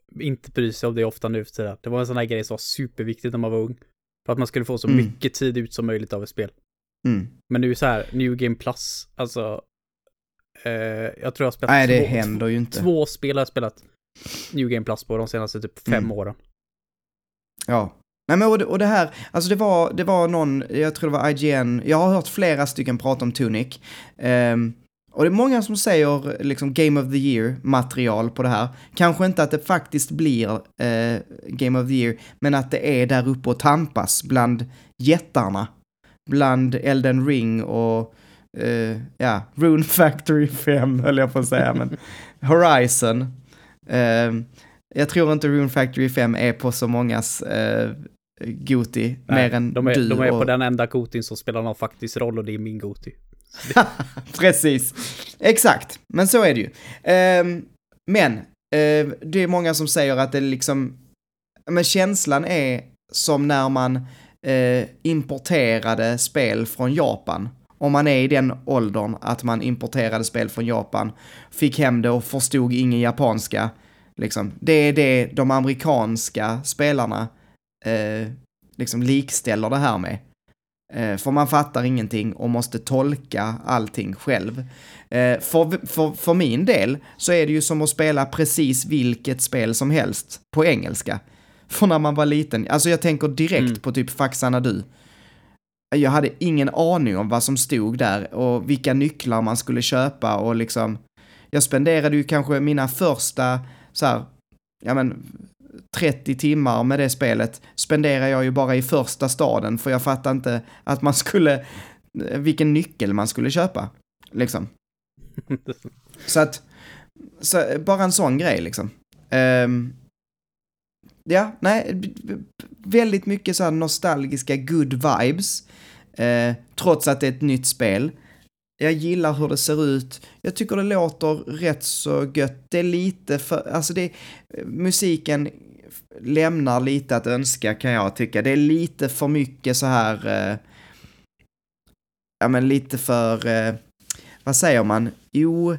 inte bryr sig om det ofta nu för tiden. Det var en sån här grej som var superviktigt när man var ung. För att man skulle få så Mm. mycket tid ut som möjligt av ett spel. Mm. Men nu så här, New Game Plus, alltså eh, jag tror jag har spelat Nej, det två, händer ju inte. två spel har jag spelat New Game Plus på de senaste typ fem Mm. åren. Ja. Nej, men och det, och det här, alltså det var, det var någon, jag tror det var I G N, jag har hört flera stycken prata om Tunic. Um, och det är många som säger liksom Game of the Year-material på det här. Kanske inte att det faktiskt blir uh, Game of the Year, men att det är där uppe och tampas bland jättarna. Bland Elden Ring och uh, ja, Rune Factory fem höll jag på att säga, men Horizon. Uh, jag tror inte Rune Factory fem är på så mångas uh, Goti, mer än de är, du. de är och... på den enda Gotin som spelar någon faktisk roll och det är min Goti. Precis, exakt, men så är det ju. Uh, men uh, det är många som säger att det liksom, men känslan är som när man uh, importerade spel från Japan. Om man är i den åldern att man importerade spel från Japan, fick hem det och förstod ingen japanska. Liksom. Det är det de amerikanska spelarna uh, liksom likställer det här med. För man fattar ingenting och måste tolka allting själv. För, för, för min del så är det ju som att spela precis vilket spel som helst på engelska. För när man var liten, alltså jag tänker direkt mm. på typ Faxarna du. Jag hade ingen aning om vad som stod där och vilka nycklar man skulle köpa och liksom, jag spenderade ju kanske mina första så här, ja men trettio timmar med det spelet spenderar jag ju bara i första staden för jag fattar inte att man skulle vilken nyckel man skulle köpa liksom. Så att så, bara en sån grej liksom. Um, ja, nej väldigt mycket så här nostalgiska good vibes uh, trots att det är ett nytt spel. Jag gillar hur det ser ut. Jag tycker det låter rätt så gött. Det är lite för, alltså det musiken lämnar lite att önska kan jag tycka. Det är lite för mycket så här eh, ja men lite för eh, vad säger man? Jo,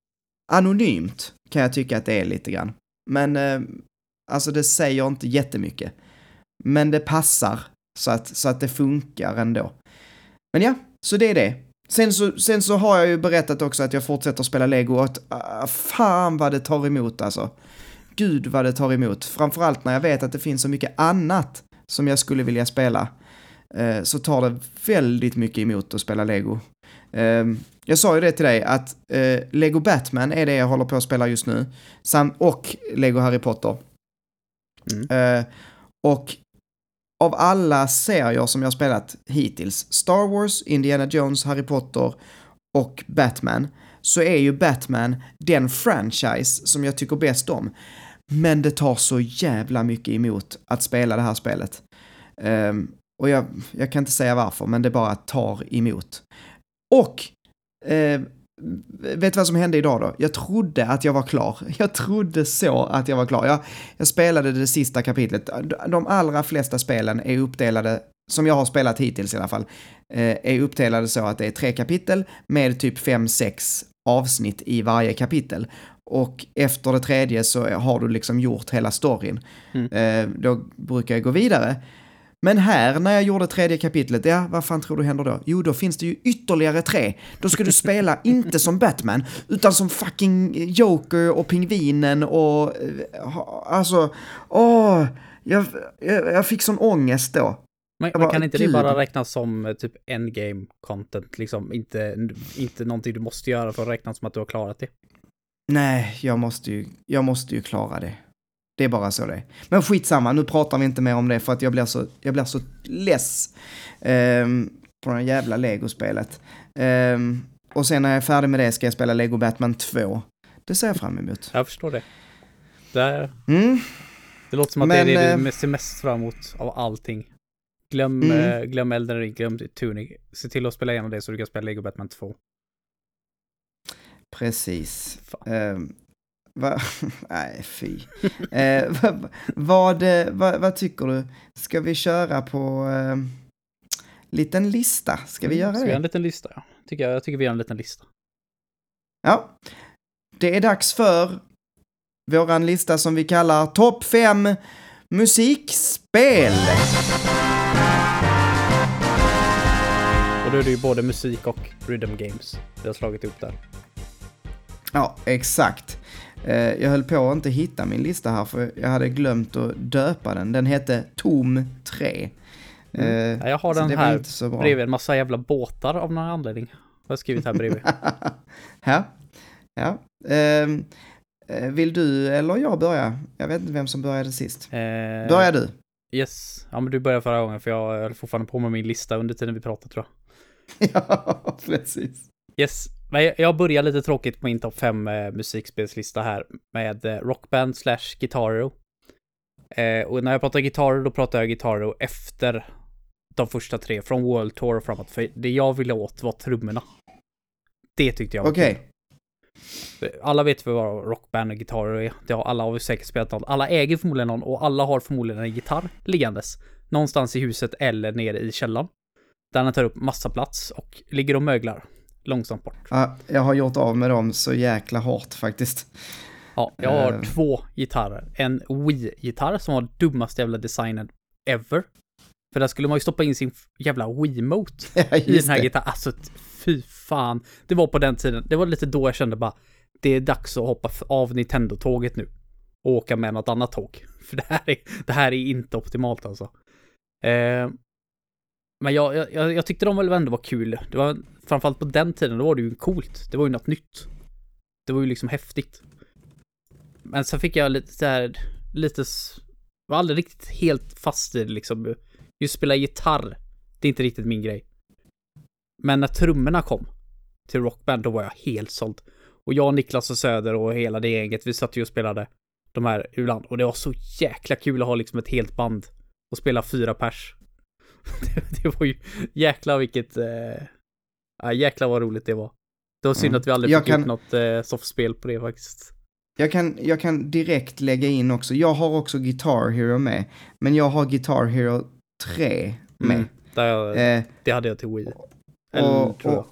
anonymt kan jag tycka att det är lite grann. Men eh, alltså det säger inte jättemycket. Men det passar så att, så att det funkar ändå. Men ja, så det är det. Sen så, sen så har jag ju berättat också att jag fortsätter spela Lego och att uh, fan vad det tar emot alltså. Gud vad det tar emot. Framförallt när jag vet att det finns så mycket annat som jag skulle vilja spela. Uh, så tar det väldigt mycket emot att spela Lego. Uh, jag sa ju det till dig att uh, Lego Batman är det jag håller på att spela just nu. Sam- och Lego Harry Potter. Mm. Uh, och av alla serier som jag har spelat hittills, Star Wars, Indiana Jones, Harry Potter och Batman, så är ju Batman den franchise som jag tycker bäst om. Men det tar så jävla mycket emot att spela det här spelet. Um, och jag, jag kan inte säga varför, men det bara tar emot. Och uh, vet du vad som hände idag då? Jag trodde att jag var klar. Jag trodde så att jag var klar. Jag, jag spelade det sista kapitlet. De allra flesta spelen är uppdelade, som jag har spelat hittills i alla fall, är uppdelade så att det är tre kapitel med typ fem, sex avsnitt i varje kapitel. Och efter det tredje så har du liksom gjort hela storyn. Mm. Då brukar jag gå vidare. Men här, när jag gjorde tredje kapitlet, ja, vad fan tror du händer då? Jo, då finns det ju ytterligare tre. Då ska du spela inte som Batman, utan som fucking Joker och Pingvinen och... Alltså, åh, jag, jag, jag fick sån ångest då. Men, bara, kan inte Gud. det bara räknas som typ endgame content? Liksom, inte, inte någonting du måste göra för att räknas som att du har klarat det? Nej, jag måste ju, jag måste ju klara det. Det är bara så det är. Men skitsamma, nu pratar vi inte mer om det för att jag blir så, jag blir så less um, på det jävla Lego-spelet. Um, och sen när jag är färdig med det ska jag spela Lego Batman två. Det ser jag fram emot. Jag förstår det. Det, mm. det låter som att Men, det är det uh, du ser mest fram emot av allting. Glöm, mm. uh, glöm Elden Ring, glöm Tunic. Se till att spela igenom det så du kan spela Lego Batman två. Precis. Um, Va? Nej, fy. eh, vad, vad, vad, vad tycker du? Ska vi köra på eh, liten lista? Ska vi göra Ska det? vi göra en liten lista, ja. Tycker jag, jag tycker vi gör en liten lista. Ja. Det är dags för våran lista som vi kallar topp fem musikspel. Och då är det ju både musik och rhythm games vi har slagit upp där. Ja, exakt. Jag höll på att inte hitta min lista här för jag hade glömt att döpa den. Den hette Tom tre. Mm. Jag har den här bredvid en massa jävla båtar av någon anledning. Vad har jag skrivit här bredvid? Ja, ja. Um, vill du eller jag börja? Jag vet inte vem som började sist. Eh, Börjar du? Yes. Ja, men du börjar förra gången för jag höll fortfarande på med min lista under tiden vi pratade, tror jag. Ja, precis. Yes. Men jag börjar lite tråkigt på min topp fem eh, musikspelslista här med eh, Rockband slash Guitar Hero. Eh, och när jag pratar Guitar Hero, då pratar jag Guitar Hero efter de första tre, från World Tour och framåt. För det jag ville åt var trummorna. Det tyckte jag var Okej. Okay. Alla vet vad Rockband och Guitar Hero är. Det har alla har säkert spelat någon. Alla äger förmodligen någon och alla har förmodligen en gitarr liggandes. Någonstans i huset eller nere i källaren. Där den tar upp massa plats och ligger och möglar långsamt bort. Ja, jag har gjort av med dem så jäkla hårt faktiskt. Ja, jag har uh. två gitarrer. En Wii-gitarr som var dummaste jävla designen ever. För där skulle man ju stoppa in sin jävla Wiimote ja, i den här gitarren. Alltså, fy fan. Det var på den tiden. Det var lite då jag kände bara, det är dags att hoppa av Nintendo-tåget nu. Och åka med något annat tåg. För det här är, det här är inte optimalt alltså. Eh, men jag, jag, jag tyckte de väl ändå var kul. Det var, framförallt på den tiden, då var det ju coolt. Det var ju något nytt. Det var ju liksom häftigt. Men sen fick jag lite så här, lite, var aldrig riktigt helt fast i det liksom. Just spela gitarr, det är inte riktigt min grej. Men när trummorna kom till Rockband, då var jag helt såld. Och jag, Niklas och Söder och hela det gänget, vi satt ju och spelade de här ibland. Och det var så jäkla kul att ha liksom ett helt band och spela fyra pers. det, det var ju jäkla vilket... Eh, ja, jäkla vad roligt det var. Det var synd mm. att vi aldrig jag fick kan... ut något eh, softspel på det faktiskt. Jag kan, jag kan direkt lägga in också, jag har också Guitar Hero med. Men jag har Guitar Hero tre med. Mm, där, eh, det hade jag till Wii. Eller, och, och,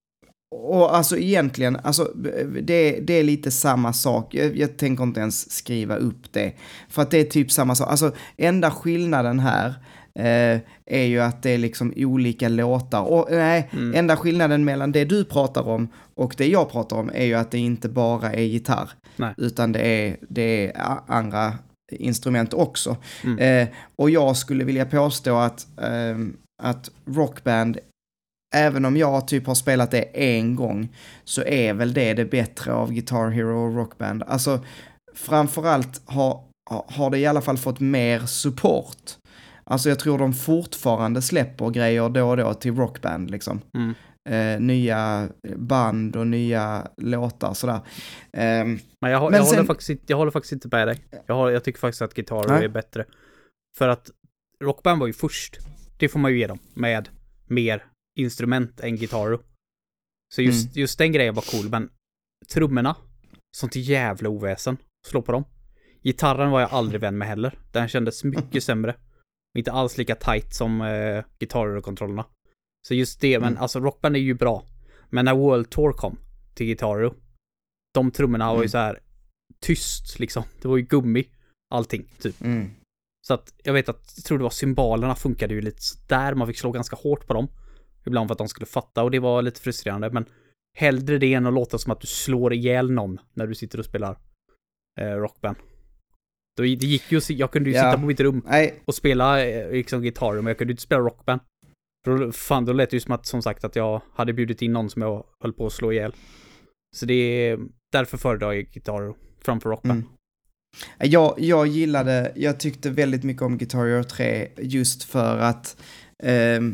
och alltså egentligen, alltså, det, det är lite samma sak. Jag, jag tänker inte ens skriva upp det. För att det är typ samma sak. Alltså enda skillnaden här eh, är ju att det är liksom olika låtar. Och nej, mm. enda skillnaden mellan det du pratar om och det jag pratar om är ju att det inte bara är gitarr. Nej. Utan det är, det är andra instrument också. Mm. Eh, och jag skulle vilja påstå att, eh, att Rockband, även om jag typ har spelat det en gång, så är väl det det bättre av Guitar Hero och Rockband. Alltså, framförallt har, har det i alla fall fått mer support. Alltså jag tror de fortfarande släpper grejer då och då till Rockband liksom. Mm. Eh, nya band och nya låtar sådär. Eh, men jag, jag, men sen, håller faktiskt, jag håller faktiskt inte med dig. Jag, har, jag tycker faktiskt att Guitar Hero är bättre. För att Rockband var ju först. Det får man ju ge dem. Med mer instrument än Guitar Hero. Så just, mm. just den grejen var cool. Men trummorna, sånt jävla oväsen. Slå på dem. Gitarren var jag aldrig vän med heller. Den kändes mycket sämre. Inte alls lika tight som eh, Guitar Hero-kontrollerna. Så just det, men mm. alltså Rockband är ju bra. Men när World Tour kom till Guitar Hero, de trummorna mm. var ju så här tyst liksom. Det var ju gummi, allting typ. Mm. Så att jag vet att, jag tror det var cymbalerna funkade ju lite där. Man fick slå ganska hårt på dem. Ibland för att de skulle fatta, och det var lite frustrerande. Men hellre det än att låta som att du slår ihjäl någon när du sitter och spelar eh, Rockband. Då, det gick ju, jag kunde ju ja. sitta på mitt rum Nej. och spela eh, liksom gitarr, men jag kunde inte spela Rockband. Då, fan, då lät det ju som att, som sagt, att jag hade bjudit in någon som jag höll på att slå ihjäl. Så det är därför föredrar jag gitarr framför Rockband. Mm. Jag, jag gillade, jag tyckte väldigt mycket om Guitar Hero tre just för att eh,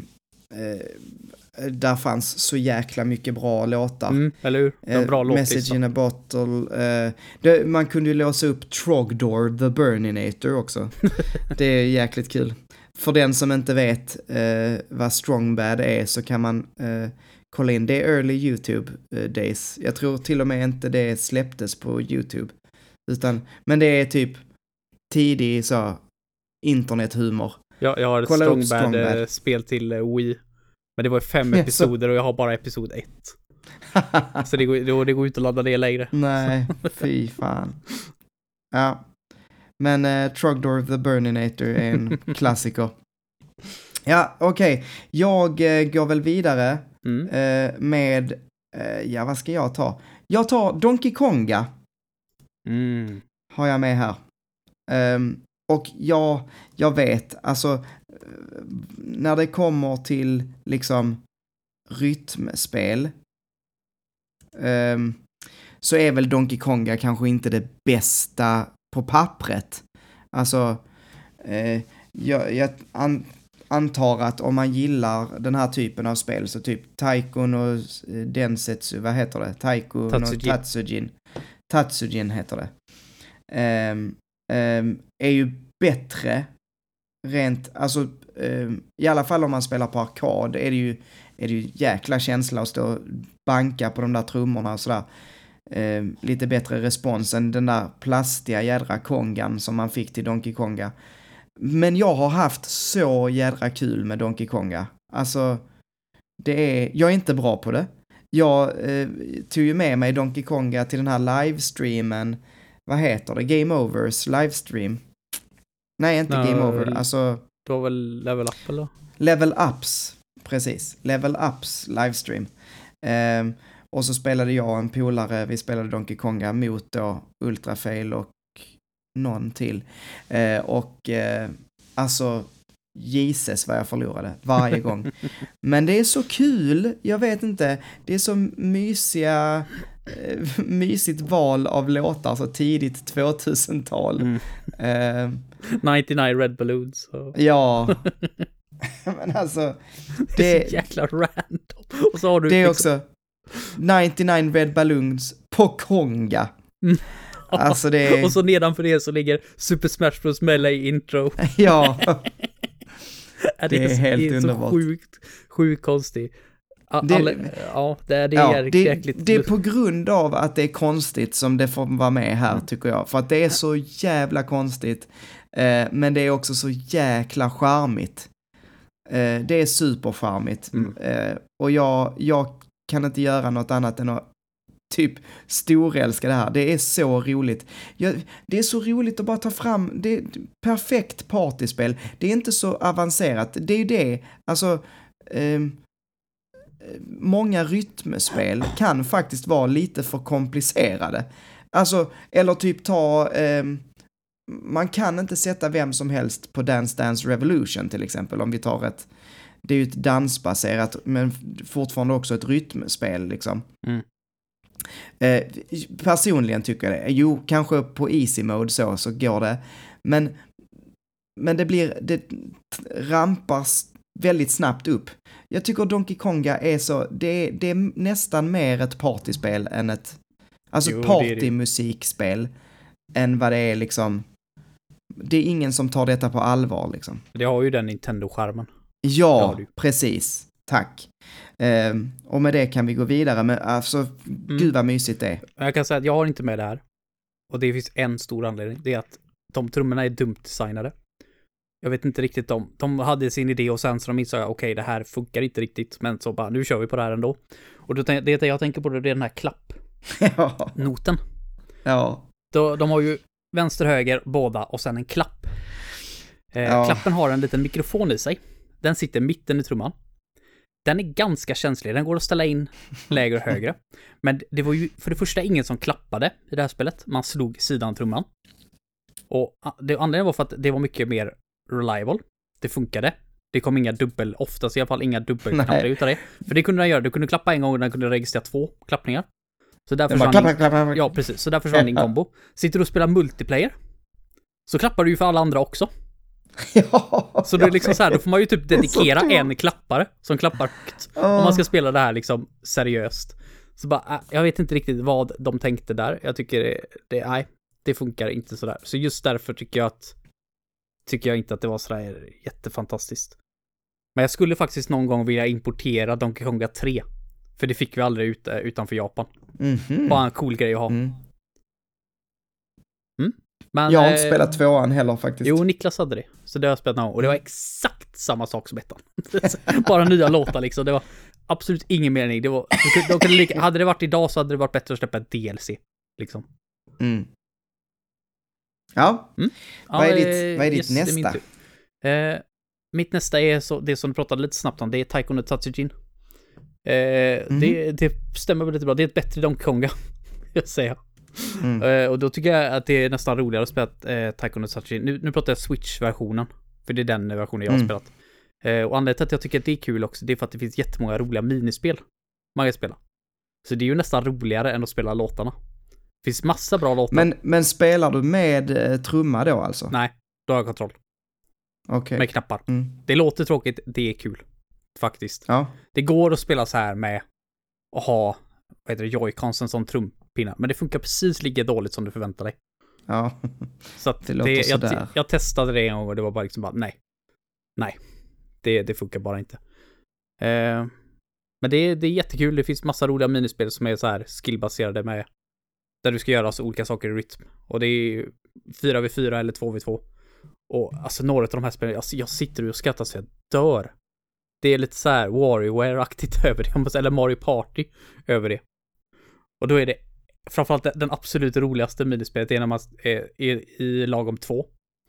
eh, där fanns så jäkla mycket bra låtar. Mm, eller hur? De bra eh, Message in a Bottle. Eh, det, man kunde ju låsa upp Trogdor the Burninator också. Det är jäkligt kul. För den som inte vet eh, vad Strong Bad är så kan man eh, kolla in. Det är early YouTube eh, days. Jag tror till och med inte det släpptes på YouTube. Utan, men det är typ tidig så internethumor. Ja, jag har ett Strong Bad, Strong Bad spel till eh, Wii. Men det var fem episoder och jag har bara episod ett. Så det går, det går inte att ladda det längre. Nej, fy fan. Ja. Men uh, Trogdor the Burninator är en klassiker. Ja, okej. Okay. Jag uh, går väl vidare mm. uh, med, uh, ja vad ska jag ta? Jag tar Donkey Konga. Mm. Har jag med här. Um, och jag, jag vet, alltså uh, när det kommer till liksom rytmspel um, så är väl Donkey Konga kanske inte det bästa på pappret. Alltså, uh, jag, jag an, antar att om man gillar den här typen av spel så typ Taikon och Densetsu, vad heter det? Taikon Tatsujin. och Tatsujin. Tatsujin heter det. Um, um, är ju bättre rent, alltså um, i alla fall om man spelar på arkad är det ju, är det ju jäkla känsla att stå och banka på de där trummorna och sådär. Um, lite bättre respons än den där plastiga jädra kongan som man fick till Donkey Konga. Men jag har haft så jädra kul med Donkey Konga. Alltså, det är, jag är inte bra på det. Jag eh, tog ju med mig Donkey Konga till den här livestreamen. Vad heter det? Game Overs livestream. Nej, inte no, Game Over. Alltså, det var väl Level Up eller? Level Ups, precis. Level Ups livestream. Um, och så spelade jag en polare, vi spelade Donkey Konga mot då Ultrafail och någon till. Uh, och uh, alltså, Jesus vad jag förlorade varje gång. Men det är så kul, jag vet inte, det är så mysiga, uh, mysigt val av låtar så tidigt tvåtusental. Mm. Uh, nittionio Red Balloons. Och... Ja. Men alltså, det, det är så jäkla random. Och så har du det är liksom... också nittionio Red Balloons på Konga. Mm. Alltså det är... Och så nedanför det så ligger Super Smash Bros. Melee intro. Ja. det, det är, är helt det är underbart. Så sjukt, sjukt konstigt. Det, Alla, ja, det är, det ja, är det, jäkligt... det är på grund av att det är konstigt som det får vara med här, tycker jag. För att det är så jävla konstigt. Eh, men det är också så jäkla charmigt. Eh, det är supercharmigt. Mm. Eh, och jag, jag kan inte göra något annat än att typ storälska det här. Det är så roligt. Jag, det är så roligt att bara ta fram, det är perfekt partyspel. Det är inte så avancerat. Det är ju det, alltså eh, många rytmspel kan faktiskt vara lite för komplicerade. Alltså, eller typ ta, eh, man kan inte sätta vem som helst på Dance Dance Revolution till exempel, om vi tar ett, det är ju ett dansbaserat men fortfarande också ett rytmspel liksom. Mm. Eh, personligen tycker jag det. Jo, kanske på easy mode så, så går det. Men, men det blir, det rampar väldigt snabbt upp. Jag tycker Donkey Konga är så, det är, det är nästan mer ett partyspel än ett, alltså jo, partymusikspel än vad det är liksom, det är ingen som tar detta på allvar liksom. Det har ju den Nintendo-skärmen. Ja, precis. Tack. Um, och med det kan vi gå vidare. Men alltså, mm. gud vad mysigt det är. Jag kan säga att jag har inte med det här. Och det finns en stor anledning. Det är att de trummorna är dumt designade. Jag vet inte riktigt om. De hade sin idé och sen så de insåg okej, okay, det här funkar inte riktigt. Men så bara, nu kör vi på det här ändå. Och då, det jag tänker på det, det är den här klapp-noten. Ja. Då, de har ju vänster, höger, båda och sen en klapp. Eh, ja. Klappen har en liten mikrofon i sig. Den sitter mitten i trumman. Den är ganska känslig. Den går att ställa in lägre och högre. Men det var ju för det första ingen som klappade i det här spelet. Man slog sidan trumman. Och det anledningen var för att det var mycket mer reliable. Det funkade. Det kom inga dubbel, oftast i alla fall inga dubbelknappar utav det. För det kunde den göra. Du kunde klappa en gång och den kunde registrera två klappningar. Så där försvann klappa, klappa. Ja, precis. Så där försvann din kombo. Sitter du och spelar multiplayer så klappar du ju för alla andra också. Ja, så det är liksom så här, då får man ju typ dedikera en klappare som klappar högt oh. om man ska spela det här liksom seriöst. Så bara, jag vet inte riktigt vad de tänkte där. Jag tycker det, det nej, det funkar inte så där. Så just därför tycker jag att tycker jag inte att det var så där jättefantastiskt. Men jag skulle faktiskt någon gång vilja importera Donkey Konga tre. För det fick vi aldrig ut, utanför Japan. Mm-hmm. Bara en cool grej att ha. Mm. Mm. Men, jag har inte spelat tvåan heller faktiskt. Jo, Niklas hade det. Så det har jag spelat någon. Och det var exakt samma sak som ettan. Bara nya låtar liksom. Det var absolut ingen mening. Det var, de kunde lika, hade det varit idag så hade det varit bättre att släppa ett D L C. Liksom. Mm. Ja, Mm. vad är Ja, ditt, vad är ditt yes, det är min nästa? tur. Eh, mitt nästa är så, det som du pratade lite snabbt om, det är Taiko no Tatsujin. Eh, Mhm. det, det stämmer väldigt bra, det är ett bättre Donkey Konga, jag säger. Mm. Eh, och då tycker jag att det är nästan roligare att spela eh, Taiko no Tatsujin. Nu, nu pratar jag Switch-versionen, för det är den versionen jag har Mm. spelat. Eh, och anledningen till att jag tycker att det är kul också, det är för att det finns jättemånga roliga minispel man kan spela. Så det är ju nästan roligare än att spela låtarna. Det finns massa bra låtar. Men, men spelar du med eh, trumma då alltså? Nej, då har jag kontroll. Okej. Med knappar. Mm. Det låter tråkigt, det är kul. Faktiskt. Ja. Det går att spela så här med att ha, vad heter det, joyconsen som trumpinnar. Men det funkar precis lika dåligt som du förväntar dig. Ja. Så att Det låter det, jag, sådär. jag testade det en gång och det var bara liksom bara, nej. Nej. Det, det funkar bara inte. Eh, men det, är- det är jättekul. Det finns massa roliga minispel som är så här skillbaserade med där du ska göra så olika saker i rytm. Och det är fyra vid fyra eller två vid två. Och alltså några av de här spelen, alltså, jag sitter och skrattar så jag dör. Det är lite så här WarioWare-aktigt över det, eller Mario Party över det. Och då är det framförallt den absolut roligaste minispelet är när man är, är i lagom två.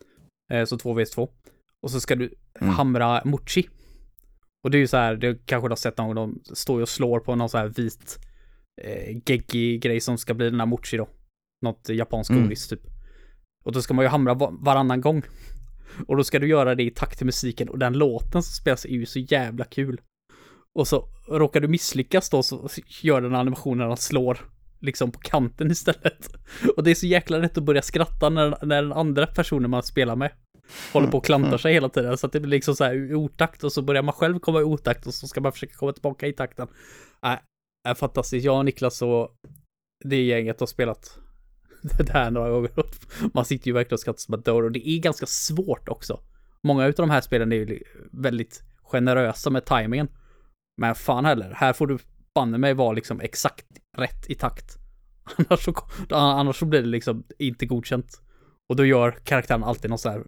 Eh, så två vid två. Och så ska du Mm. hamra mochi. Och det är ju så här, det kanske du har sett någon gång, de står ju och slår på någon så här vit eh, geggig grej som ska bli den här mochi då. Något japansk Mm. godis typ. Och då ska man ju hamra va- varannan gång. Och då ska du göra det i takt till musiken. Och den låten som spelas är ju så jävla kul. Och så råkar du misslyckas då, så gör den animationen att slår liksom på kanten istället. Och det är så jäkla lätt att börja skratta när, när den andra personen man spelar med håller på och klantar sig hela tiden. Så att det blir liksom så här i otakt. Och så börjar man själv komma i otakt. Och så ska man försöka komma tillbaka i takten. Äh, är fantastiskt. Jag och Niklas och det gänget har spelat det här några gånger. Man sitter ju verkligen och skrattar som att dör. Och det är ganska svårt också. Många av de här spelen är ju väldigt generösa med timingen. Men fan heller, här får du banne mig vara liksom exakt rätt i takt. Annars så, annars så blir det liksom inte godkänt. Och då gör karaktären alltid någon så här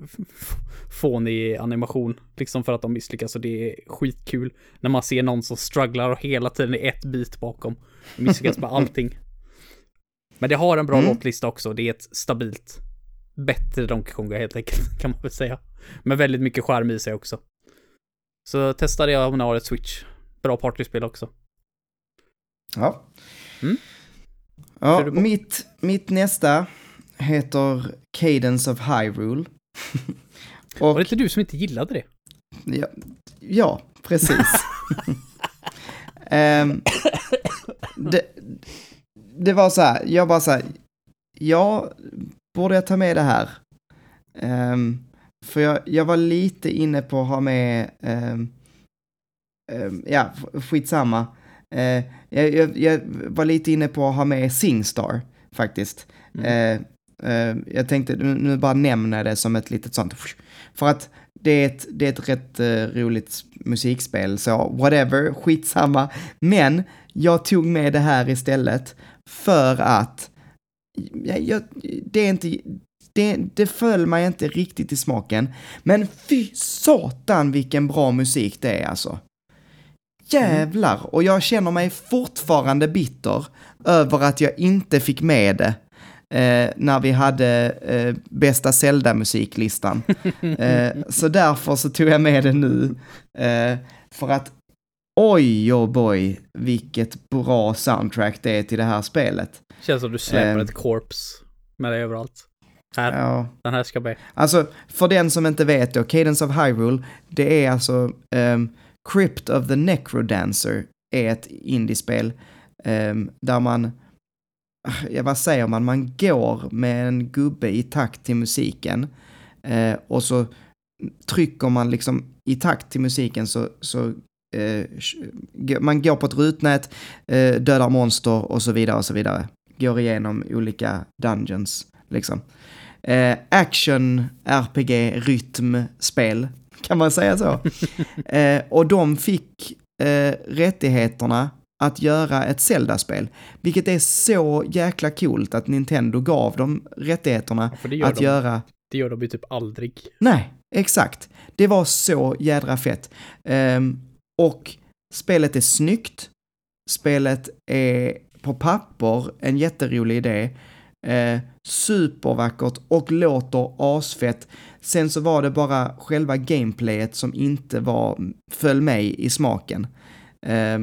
fånig animation. Liksom för att de misslyckas. Och det är skitkul när man ser någon som strugglar och hela tiden är ett bit bakom. Misslyckas med allting. Men det har en bra Mm. låtlista också. Det är ett stabilt, bättre Donkey Konga helt enkelt, kan man väl säga. Men väldigt mycket skärm i sig också. Så testade jag om jag har ett Switch. Bra partyspel också. Ja. Mm. Ja, Ser du på? mitt, mitt nästa heter Cadence of Hyrule. Var Och det inte du som inte gillade det? ja, ja precis. Ehm, det, det var så här, jag bara så här, ja, borde jag ta med det här? Ehm, för jag, jag var lite inne på att ha med, um, um, ja, skitsamma. Uh, jag, jag, jag var lite inne på att ha med SingStar, faktiskt. Mm. Uh, uh, jag tänkte, nu, nu bara nämna det som ett litet sånt. För att det är ett, det är ett rätt uh, roligt musikspel, så whatever, skitsamma. Men jag tog med det här istället för att jag, jag, det är inte... Det, det föll mig inte riktigt i smaken. Men fy satan vilken bra musik det är alltså. Jävlar. Och jag känner mig fortfarande bitter över att jag inte fick med det eh, när vi hade eh, bästa Zelda-musiklistan. eh, så därför så tog jag med det nu. Eh, för att oj, oh boy, vilket bra soundtrack det är till det här spelet. Känns som du släpper Um, ett corpse med det överallt. Här, Ja. den här ska med. Alltså, för den som inte vet då, Cadence of Hyrule, det är alltså um, Crypt of the Necrodancer är ett indiespel um, där man, ja vad säger man, man går med en gubbe i takt till musiken uh, och så trycker man liksom i takt till musiken så, så uh, man går på ett rutnät, uh, dödar monster och så vidare och så vidare. Går igenom olika dungeons liksom. Eh, action, R P G, rytmspel, kan man säga så. eh, och de fick eh, rättigheterna att göra ett Zelda-spel, vilket är så jäkla coolt att Nintendo gav dem rättigheterna Ja, för det gör att de. göra. Det gör de ju typ aldrig. Nej, exakt. Det var så jädra fett. Eh, och spelet är snyggt. Spelet är på papper en jätterolig idé. Eh, supervackert och låter asfett. Sen så var det bara själva gameplayet som inte var, föll mig i smaken. Eh,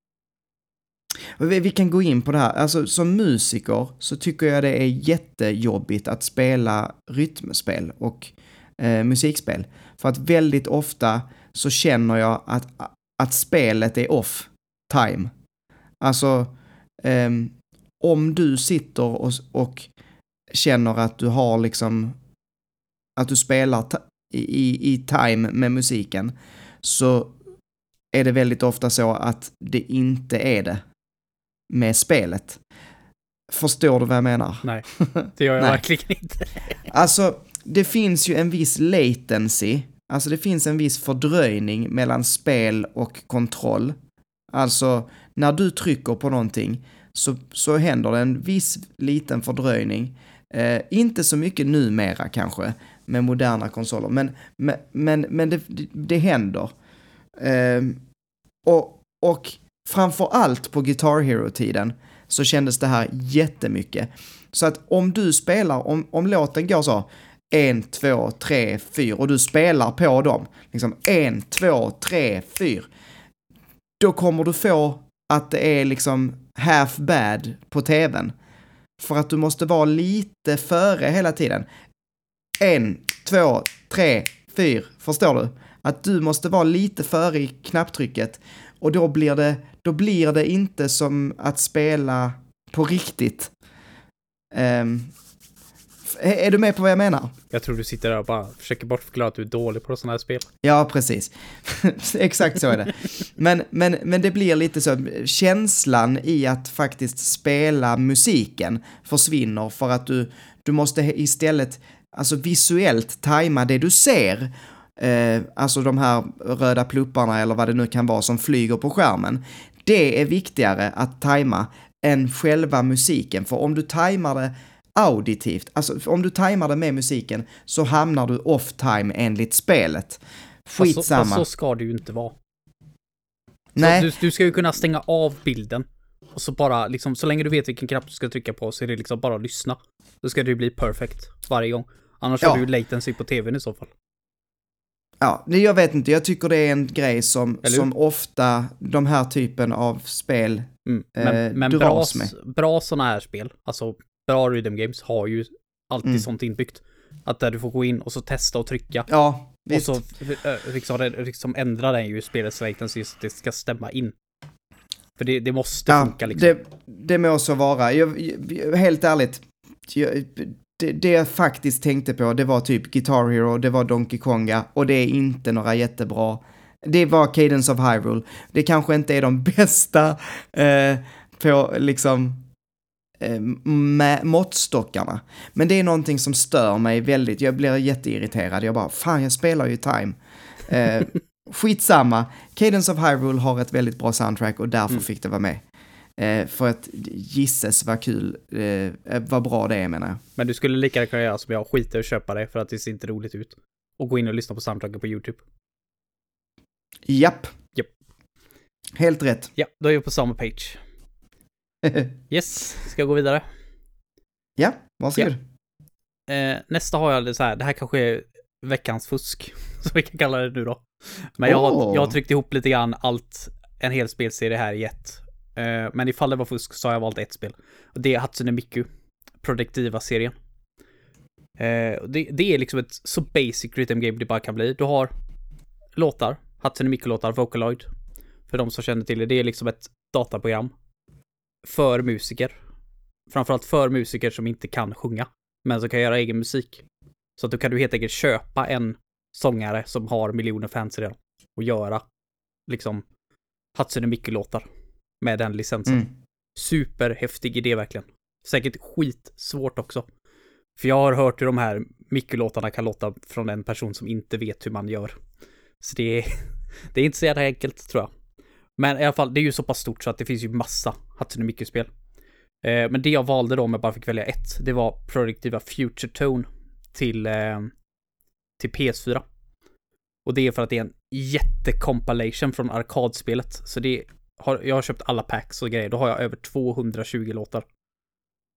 vi, vi kan gå in på det här. Alltså som musiker så tycker jag det är jättejobbigt att spela rytmspel och eh, musikspel. För att väldigt ofta så känner jag att, att spelet är off time. Alltså eh, om du sitter och, och känner att du har liksom att du spelar ta- i, i time med musiken, så är det väldigt ofta så att det inte är det med spelet. Förstår du vad jag menar? Nej, det gör jag verkligen inte. Alltså, det finns ju en viss latency, alltså det finns en viss fördröjning mellan spel och kontroll. Alltså, när du trycker på någonting så, så händer det en viss liten fördröjning. Eh, inte så mycket numera kanske med moderna konsoler, men, men, men, men det, det, det händer. Eh, och, och framför allt på Guitar Hero-tiden så kändes det här jättemycket. Så att om du spelar, om, om låten går så en, två, tre, fyra och du spelar på dem, liksom en, två, tre, fyra, då kommer du få att det är liksom half bad på tvn. För att du måste vara lite före hela tiden. En, två, tre, fyra, förstår du? Att du måste vara lite före i knapptrycket. Och då blir det, då blir det inte som att spela på riktigt. Um, är du med på vad jag menar? Jag tror du sitter där och bara försöker bortförklara att du är dålig på sådana här spel. Ja, precis. Exakt så är det. Men, men, men det blir lite så, känslan i att faktiskt spela musiken försvinner för att du, du måste istället alltså visuellt tajma det du ser. Eh, alltså de här röda plupparna eller vad det nu kan vara som flyger på skärmen. Det är viktigare att tajma än själva musiken. För om du tajmar det auditivt, alltså om du tajmar det med musiken så hamnar du off time enligt spelet. Skitsamma. Fast så, fast så ska det ju inte vara. Nej. Du, du ska ju kunna stänga av bilden och så bara liksom, så länge du vet vilken knapp du ska trycka på så är det liksom bara att lyssna. Då ska det ju bli perfect varje gång. Annars ja. har du ju latency på tvn i så fall. Ja, det, jag vet inte. Jag tycker det är en grej som, som ofta de här typen av spel mm. Men, eh, men dras bra, med. Bra sådana här spel, alltså bra rhythm games har ju alltid mm. sånt inbyggt. Att där du får gå in och så testa och trycka. Ja, visst. Och så liksom, liksom ändra den ju spelets latency så att det ska stämma in. För det, det måste ja, funka liksom. Det, det må så vara. Jag, jag, helt ärligt, jag, det, det jag faktiskt tänkte på, det var typ Guitar Hero, det var Donkey Konga och det är inte några jättebra. Det var Cadence of Hyrule. Det kanske inte är de bästa eh, på liksom eh, med måttstockarna. Men det är någonting som stör mig väldigt. Jag blir jätteirriterad. Jag bara, fan jag spelar ju Time. Eh, skitsamma. Cadence of Hyrule har ett väldigt bra soundtrack och därför mm. fick det vara med. Eh, för att gisses vad kul, eh, vad bra det är menar jag. Men du skulle lika gärna kunna göra som jag, skita och köpa det för att det ser inte roligt ut. Och gå in och lyssna på soundtracket på YouTube. Japp. Japp. Helt rätt. Ja, då är vi på samma page. Yes, ska jag gå vidare? Ja, varsågod. Ja. Eh, nästa har jag så här, det här kanske är veckans fusk, som vi kan kalla det nu då. Men jag, oh. har, jag har tryckt ihop lite grann allt, en hel spelserie här i ett. Eh, men ifall det var fusk så har jag valt ett spel. Och det är Hatsune Miku, Produktiva-serien. Eh, det, det är liksom ett så basic rhythm game det bara kan bli. Du har låtar, Hatsune Miku-låtar, Vocaloid. För de som känner till det, det är liksom ett dataprogram för musiker. Framförallt för musiker som inte kan sjunga, men som kan göra egen musik. Så att då kan du helt enkelt köpa en sångare som har miljoner fans redan och göra liksom Hatsune Miku-låtar med den licensen. Mm. Superhäftig idé verkligen. Säkert skitsvårt också. För jag har hört hur de här Miku-låtarna kan låta från en person som inte vet hur man gör. Så det är, det är inte så jävla enkelt tror jag. Men i alla fall, det är ju så pass stort så att det finns ju massa Hatsune Miku-spel. Eh, men det jag valde då om jag bara fick välja ett, det var Produktiva Future Tone till, eh, till P S fyra. Och det är för att det är en jättecompilation från arkadspelet. Så det har, jag har köpt alla packs och grejer. Då har jag över tvåhundratjugo låtar.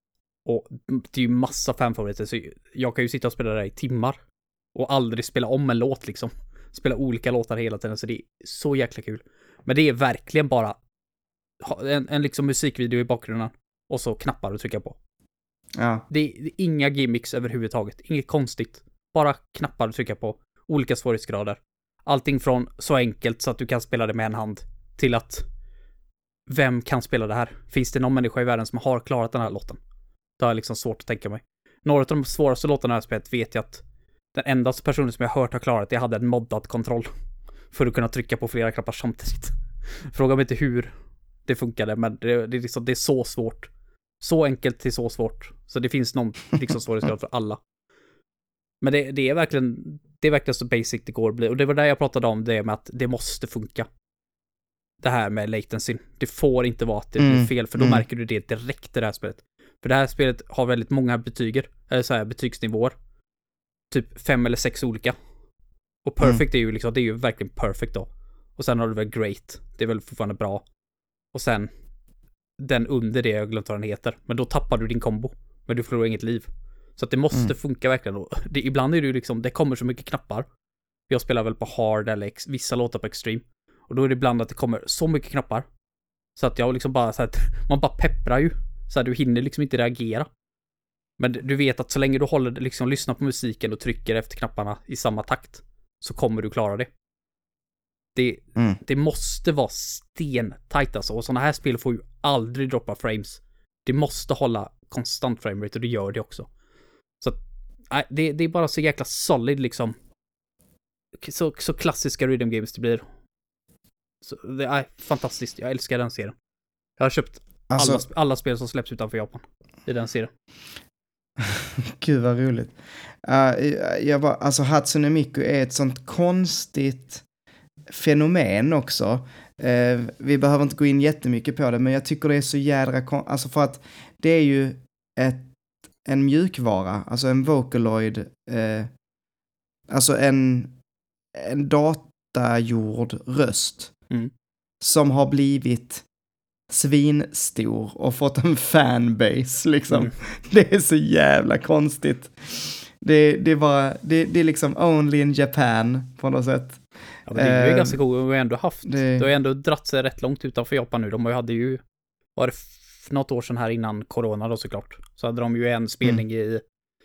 Och det är ju massa fanfavoriter, så jag kan ju sitta och spela det här i timmar. Och aldrig spela om en låt liksom. Spela olika låtar hela tiden, så det är så jäkla kul. Men det är verkligen bara en, en liksom musikvideo i bakgrunden. Och så knappar att trycka på. Ja. Det är, det är inga gimmicks överhuvudtaget. Inget konstigt. Bara knappar att trycka på. Olika svårighetsgrader. Allting från så enkelt så att du kan spela det med en hand till att vem kan spela det här? Finns det någon människa i världen som har klarat den här låten? Det är liksom svårt att tänka mig. Några av de svåraste låtarna jag har spelat vet jag att den enda personen som jag har hört har klarat det hade en moddad kontroll för att kunna trycka på flera knappar samtidigt. Fråga mig inte hur det funkade, men det, det, är, liksom, det är så svårt. Så enkelt till så svårt. Så det finns någon liksom svårighetsgrad för alla. Men det, det är verkligen det är verkligen så basic det går att bli. Och det var där jag pratade om det med att det måste funka. Det här med latency. Det får inte vara att det blir Mm, fel, för då mm. märker du det direkt i det här spelet. För det här spelet har väldigt många betyger, eller så här betygsnivåer. Typ fem eller sex olika. Och perfect Mm. är ju liksom, det är ju verkligen perfect då. Och sen har du väl great. Det är väl fortfarande bra. Och sen den under det, jag har glömt vad den heter. Men då tappar du din kombo. Men du förlorar inget liv. Så att det måste Mm. funka verkligen. Och det, ibland är det ju liksom, det kommer så mycket knappar. Jag spelar väl på hard eller ex, vissa låtar på extreme. Och då är det ibland att det kommer så mycket knappar. Så att jag liksom bara så att man bara pepprar ju. Så att du hinner liksom inte reagera. Men du vet att så länge du håller liksom lyssnar på musiken och trycker efter knapparna i samma takt så kommer du klara det. Det, Mm. det måste vara stentajt alltså. Och sådana här spel får ju aldrig droppa frames. Det måste hålla konstant framerate och det gör det också. Så att, nej, det, det är bara så jäkla solid liksom. Så, så klassiska rhythm games det blir. Så det är fantastiskt. Jag älskar den serien. Jag har köpt Alltså, alla, alla spel som släpps utanför Japan i den serien. gud vad roligt. Uh, jag bara, alltså Hatsune Miku är ett sånt konstigt fenomen också. Uh, vi behöver inte gå in jättemycket på det, men jag tycker det är så jädra kon- alltså för att det är ju ett, en mjukvara, alltså en Vocaloid, uh, alltså en, en datagjord röst Mm. som har blivit svinstor och fått en fanbase liksom. Mm. Det är så jävla konstigt. Det, det, är bara, det, det är liksom only in Japan på något sätt. Ja, men det är ju Eh, ganska coolt. Vi har ändå haft, det- det har ju ändå dratt sig rätt långt utanför Japan nu. De hade ju, var det f- något år sedan här innan corona då såklart, så hade de ju en spelning i,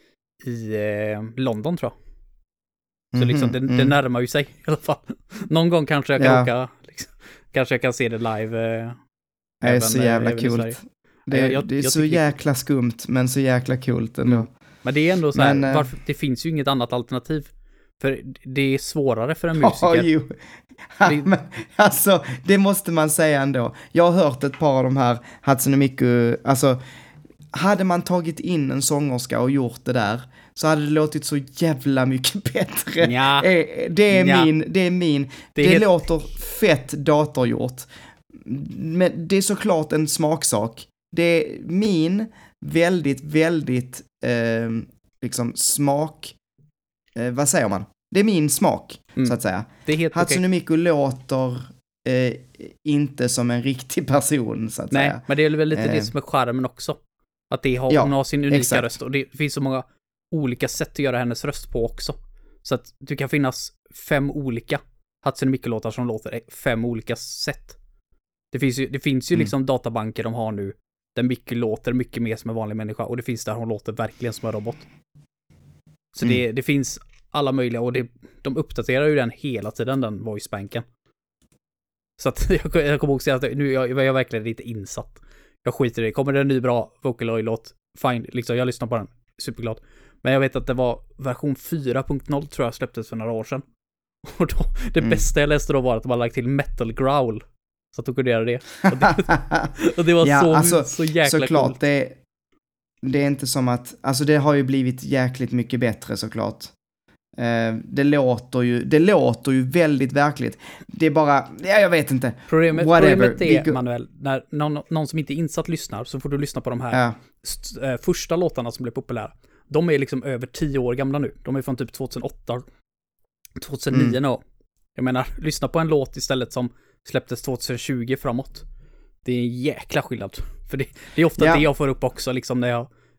i eh, London tror jag. Så Mhm, liksom det, det mm. närmar ju sig i alla fall. Någon gång kanske jag kan Ja. åka, liksom, kanske jag kan se det live. Eh, Det är även, så eh, jävla även i Sverige. coolt. Det, Jag- jag- det är jag så tycker- jäkla skumt, men så jäkla coolt ändå. Mm. Men det är ändå så här, Men, eh, varför, det finns ju inget annat alternativ. För det är svårare för en Ja, musiker. jo. Det- Men, alltså, det måste man säga ändå. Jag har hört ett par av de här Hatsune Miku, alltså, hade man tagit in en sångerska och gjort det där, så hade det låtit så jävla mycket bättre. Nja. Eh, Det är Nja. min, det är min, Det det, är helt- låter fett datorgjort. Men det är såklart en smaksak. Det är min väldigt, väldigt, eh, liksom smak, eh, vad säger man? Det är min smak, Mm. så att säga. Det är helt okej. Hatsune Miku låter eh, inte som en riktig person, så att Nej, säga. men det är väl lite Eh. det som är charmen också. Att det har, Ja, hon har sin unika exakt. röst och det finns så många olika sätt att göra hennes röst på också. Så att det kan finnas fem olika Hatsune Miku-låtar som låter fem olika sätt. Det finns ju, det finns ju Mm. liksom databanker de har nu där Miku låter mycket mer som en vanlig människa och det finns där hon låter verkligen som en robot. Så Mm. det, det finns alla möjliga och det, de uppdaterar ju den hela tiden, den voice-banken. Så att jag, jag kommer ihåg säga att nu jag, jag är verkligen lite insatt. Jag skiter i det. Kommer det en ny bra Vocaloid-låt? Fine, liksom, jag lyssnar på den. Superglad. Men jag vet att det var version fyra punkt noll tror jag släpptes för några år sedan. Och då, det Mm. bästa jag läste då var att de hade lagt till metal growl. Så att de kunde göra det. Och det, och det var Ja, så, alltså, så jäkla såklart, coolt. det, det är inte som att, alltså det har ju blivit jäkligt mycket bättre såklart. Eh, det låter ju, det låter ju väldigt verkligt. Det är bara, ja, jag vet inte. Problemet, Whatever. problemet är, Vi go- Manuel, när någon, någon som inte är insatt lyssnar så får du lyssna på de här Ja, st- äh, första låtarna som blev populära. De är liksom över tio år gamla nu. De är från typ tjugohundraåtta, tjugohundranio Mm. nu. Jag menar, lyssna på en låt istället som släpptes tjugohundratjugo framåt. Det är en jäkla skillnad. För det, det är ofta Ja. det jag får upp också liksom när jag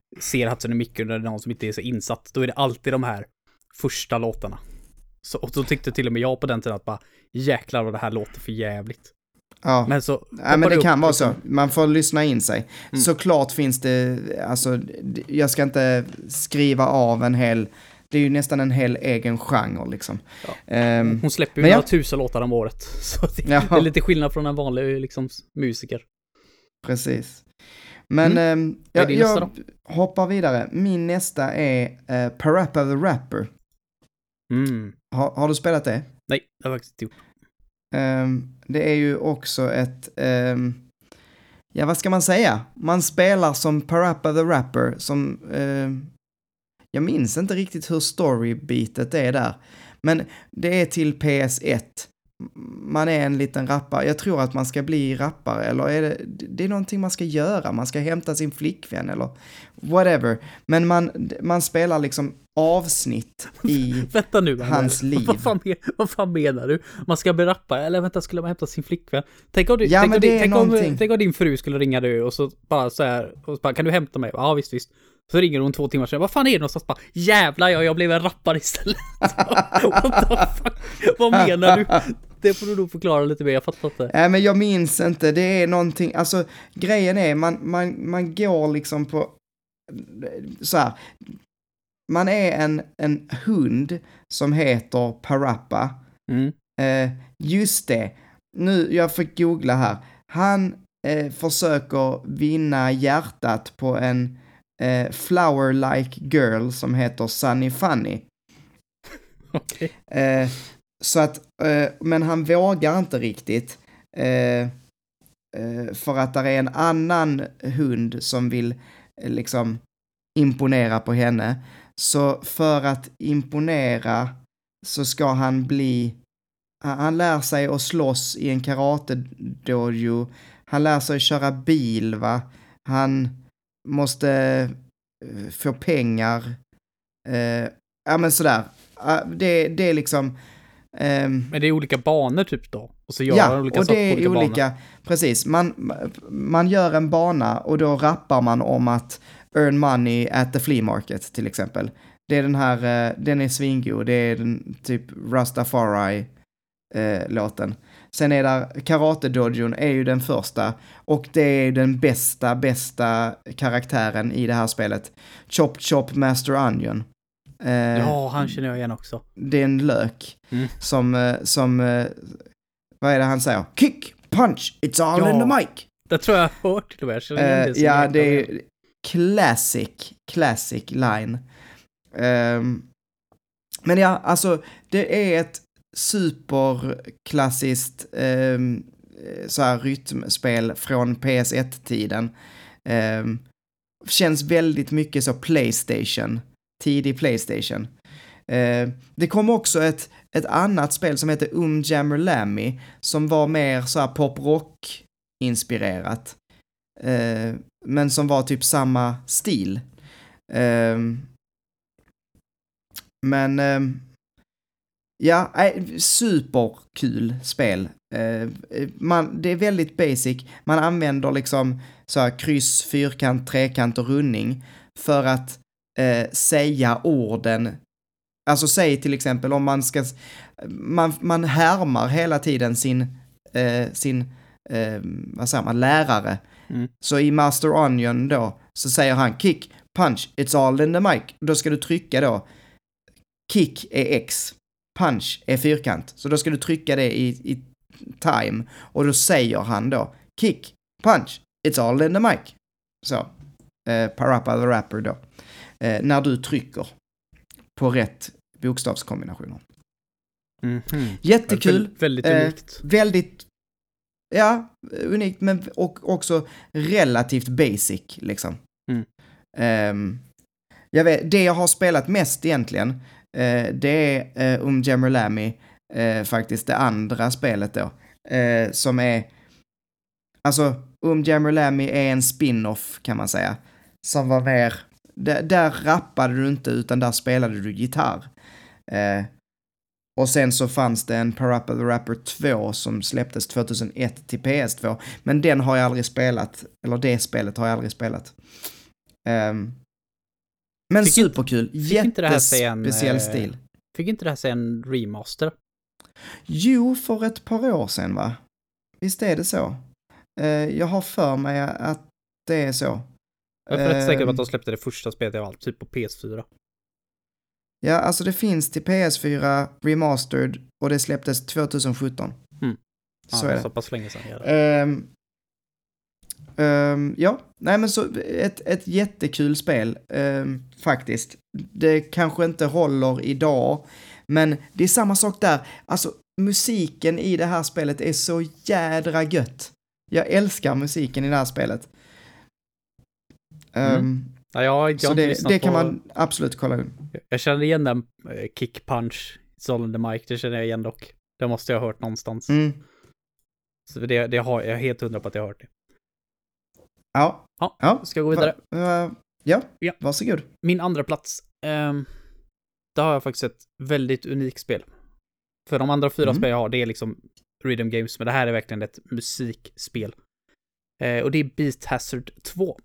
ser Hatsune Miku när det är någon som inte är så insatt, då är det alltid de här första låtarna. Så, och så tyckte till och med jag på den tiden att bara, jäklar vad det här låter för jävligt. Ja, men, så, ja, men det upp, kan vara liksom. så. Man får lyssna in sig. Mm. Såklart finns det, alltså, jag ska inte skriva av en hel, det är ju nästan en hel egen genre liksom. Ja. Um, Hon släpper ju några ja. tusen låtar om året. Så det, ja. det är lite skillnad från en vanlig liksom, musiker. Precis. Men mm. um, jag, jag hoppar vidare. Min nästa är uh, Parappa the Rapper. Mm. Ha, har du spelat det? Nej, det har jag faktiskt inte gjort. Um, det är ju också ett, um, ja vad ska man säga? Man spelar som Parappa the Rapper som, um, jag minns inte riktigt hur storybeatet är där. Men det är till P S ett. Man är en liten rappare. Jag tror att man ska bli rappare. Eller är det, det är någonting man ska göra. Man ska hämta sin flickvän eller whatever. Men man, man spelar liksom avsnitt i vänta nu, hans liv. Vad fan, vad fan menar du? Man ska bli rappare? Eller vänta, skulle man hämta sin flickvän? Tänk om, du, ja, tänk om, det tänk någonting. om, tänk om din fru skulle ringa dig och så bara så här, och så bara, kan du hämta mig? Ja, visst, visst. Så ringer hon två timmar sedan. Vad fan är det någonstans? Bara, jävlar, jag, jag blev en rappare istället. What the fuck? Vad menar du? Det får du nog förklara lite mer, jag fattar inte. Nej, men jag minns inte. Det är någonting, alltså grejen är, man, man, man går liksom på, så här, man är en, en hund som heter Parappa. Mm. Eh, just det. Nu, jag fick googla här. Han eh, försöker vinna hjärtat på en eh, flower-like girl som heter Sunny Funny. Okej. Okay. Eh, så att, eh, men han vågar inte riktigt. Eh, eh, för att det är en annan hund som vill eh, liksom imponera på henne. Så för att imponera så ska han bli, han lär sig att slåss i en karate-dojo, han lär sig att köra bil, va? Han måste uh, få pengar, uh, ja men sådär, uh, det, det är liksom... Um, men det är olika banor typ då? Och så gör ja, man olika och det är olika, olika, banor. Precis, man, man gör en bana och då rappar man om att earn money at the flea market till exempel. Det är den här, den är svingod, det är den typ Rastafari eh, låten. Sen är där Karate Dojon är ju den första och det är den bästa, bästa karaktären i det här spelet. Chop Chop Master Onion. Eh, ja, han känner jag igen också. Det är en lök mm. som, som, vad är det han säger? Kick, punch, it's all ja, in the mic. Det tror jag har hört till och med. Uh, det ja, det är classic, classic line. Um, men ja, alltså det är ett superklassiskt um, så här rytmspel från P S ett-tiden. Um, känns väldigt mycket så PlayStation, tidig PlayStation. Uh, det kom också ett, ett annat spel som heter Um Jammer Lammy som var mer så här pop-rock inspirerat. Uh, men som var typ samma stil. Uh, men uh, ja, äh, superkul spel. Uh, man, det är väldigt basic. Man använder liksom så här kryss, fyrkant, trekant och rundning för att uh, säga orden. Alltså säg till exempel om man ska, man, man härmar hela tiden sin, uh, sin uh, vad säger man, lärare. Mm. Så i Master Onion då så säger han kick, punch, it's all in the mic. Då ska du trycka då, kick är X, punch är fyrkant. Så då ska du trycka det i, i time. Och då säger han då, kick, punch, it's all in the mic. Så, eh, Parappa the Rapper då. Eh, när du trycker på rätt bokstavskombinationer. Mm-hmm. Jättekul. Väldigt, väldigt unikt. Eh, väldigt, ja, unikt men och också relativt basic liksom. Mm. Um, jag vet, det jag har spelat mest egentligen, uh, det är uh, Um Jammer Lammy, uh, faktiskt det andra spelet då, uh, som är, alltså Um Jammer Lammy är en spin-off kan man säga, som var mer, där, där rappade du inte utan där spelade du gitarr. Uh, Och sen så fanns det en Parappa the Rapper två som släpptes tjugohundraett till P S två. Men den har jag aldrig spelat. Eller det spelet har jag aldrig spelat. Um, Men fick superkul. Jättespeciell en, stil. Fick inte det här säga en remaster? Jo, för ett par år sedan, va? Visst är det så? Uh, jag har för mig att det är så. Jag är rätt säker på att de släppte det första spelet av allt, typ på P S fyra. Ja, alltså det finns till P S fyra remastered och det släpptes tjugosjutton. Mm. Så ja, är det. Så pass länge sedan. Ja, um, um, ja. Nej men så ett, ett jättekul spel um, faktiskt. Det kanske inte håller idag, men det är samma sak där. Alltså musiken i det här spelet är så jädra gött. Jag älskar musiken i det här spelet. Um, mm. ja, jag, jag så det, det kan på... man absolut kolla in. Jag känner igen den uh, Kick Punch Solid the Mic, det känner jag igen dock. Det måste jag ha hört någonstans. Mm. Så det, det har jag är helt hundra på att jag har hört det. Ja. Ja, ja. ska jag gå vidare? Uh, ja. ja, varsågod. Min andra plats. Um, där har jag faktiskt ett väldigt unikt spel. För de andra fyra mm. spel jag har, det är liksom rhythm games, men det här är verkligen ett musikspel. Uh, och det är Beat Hazard två.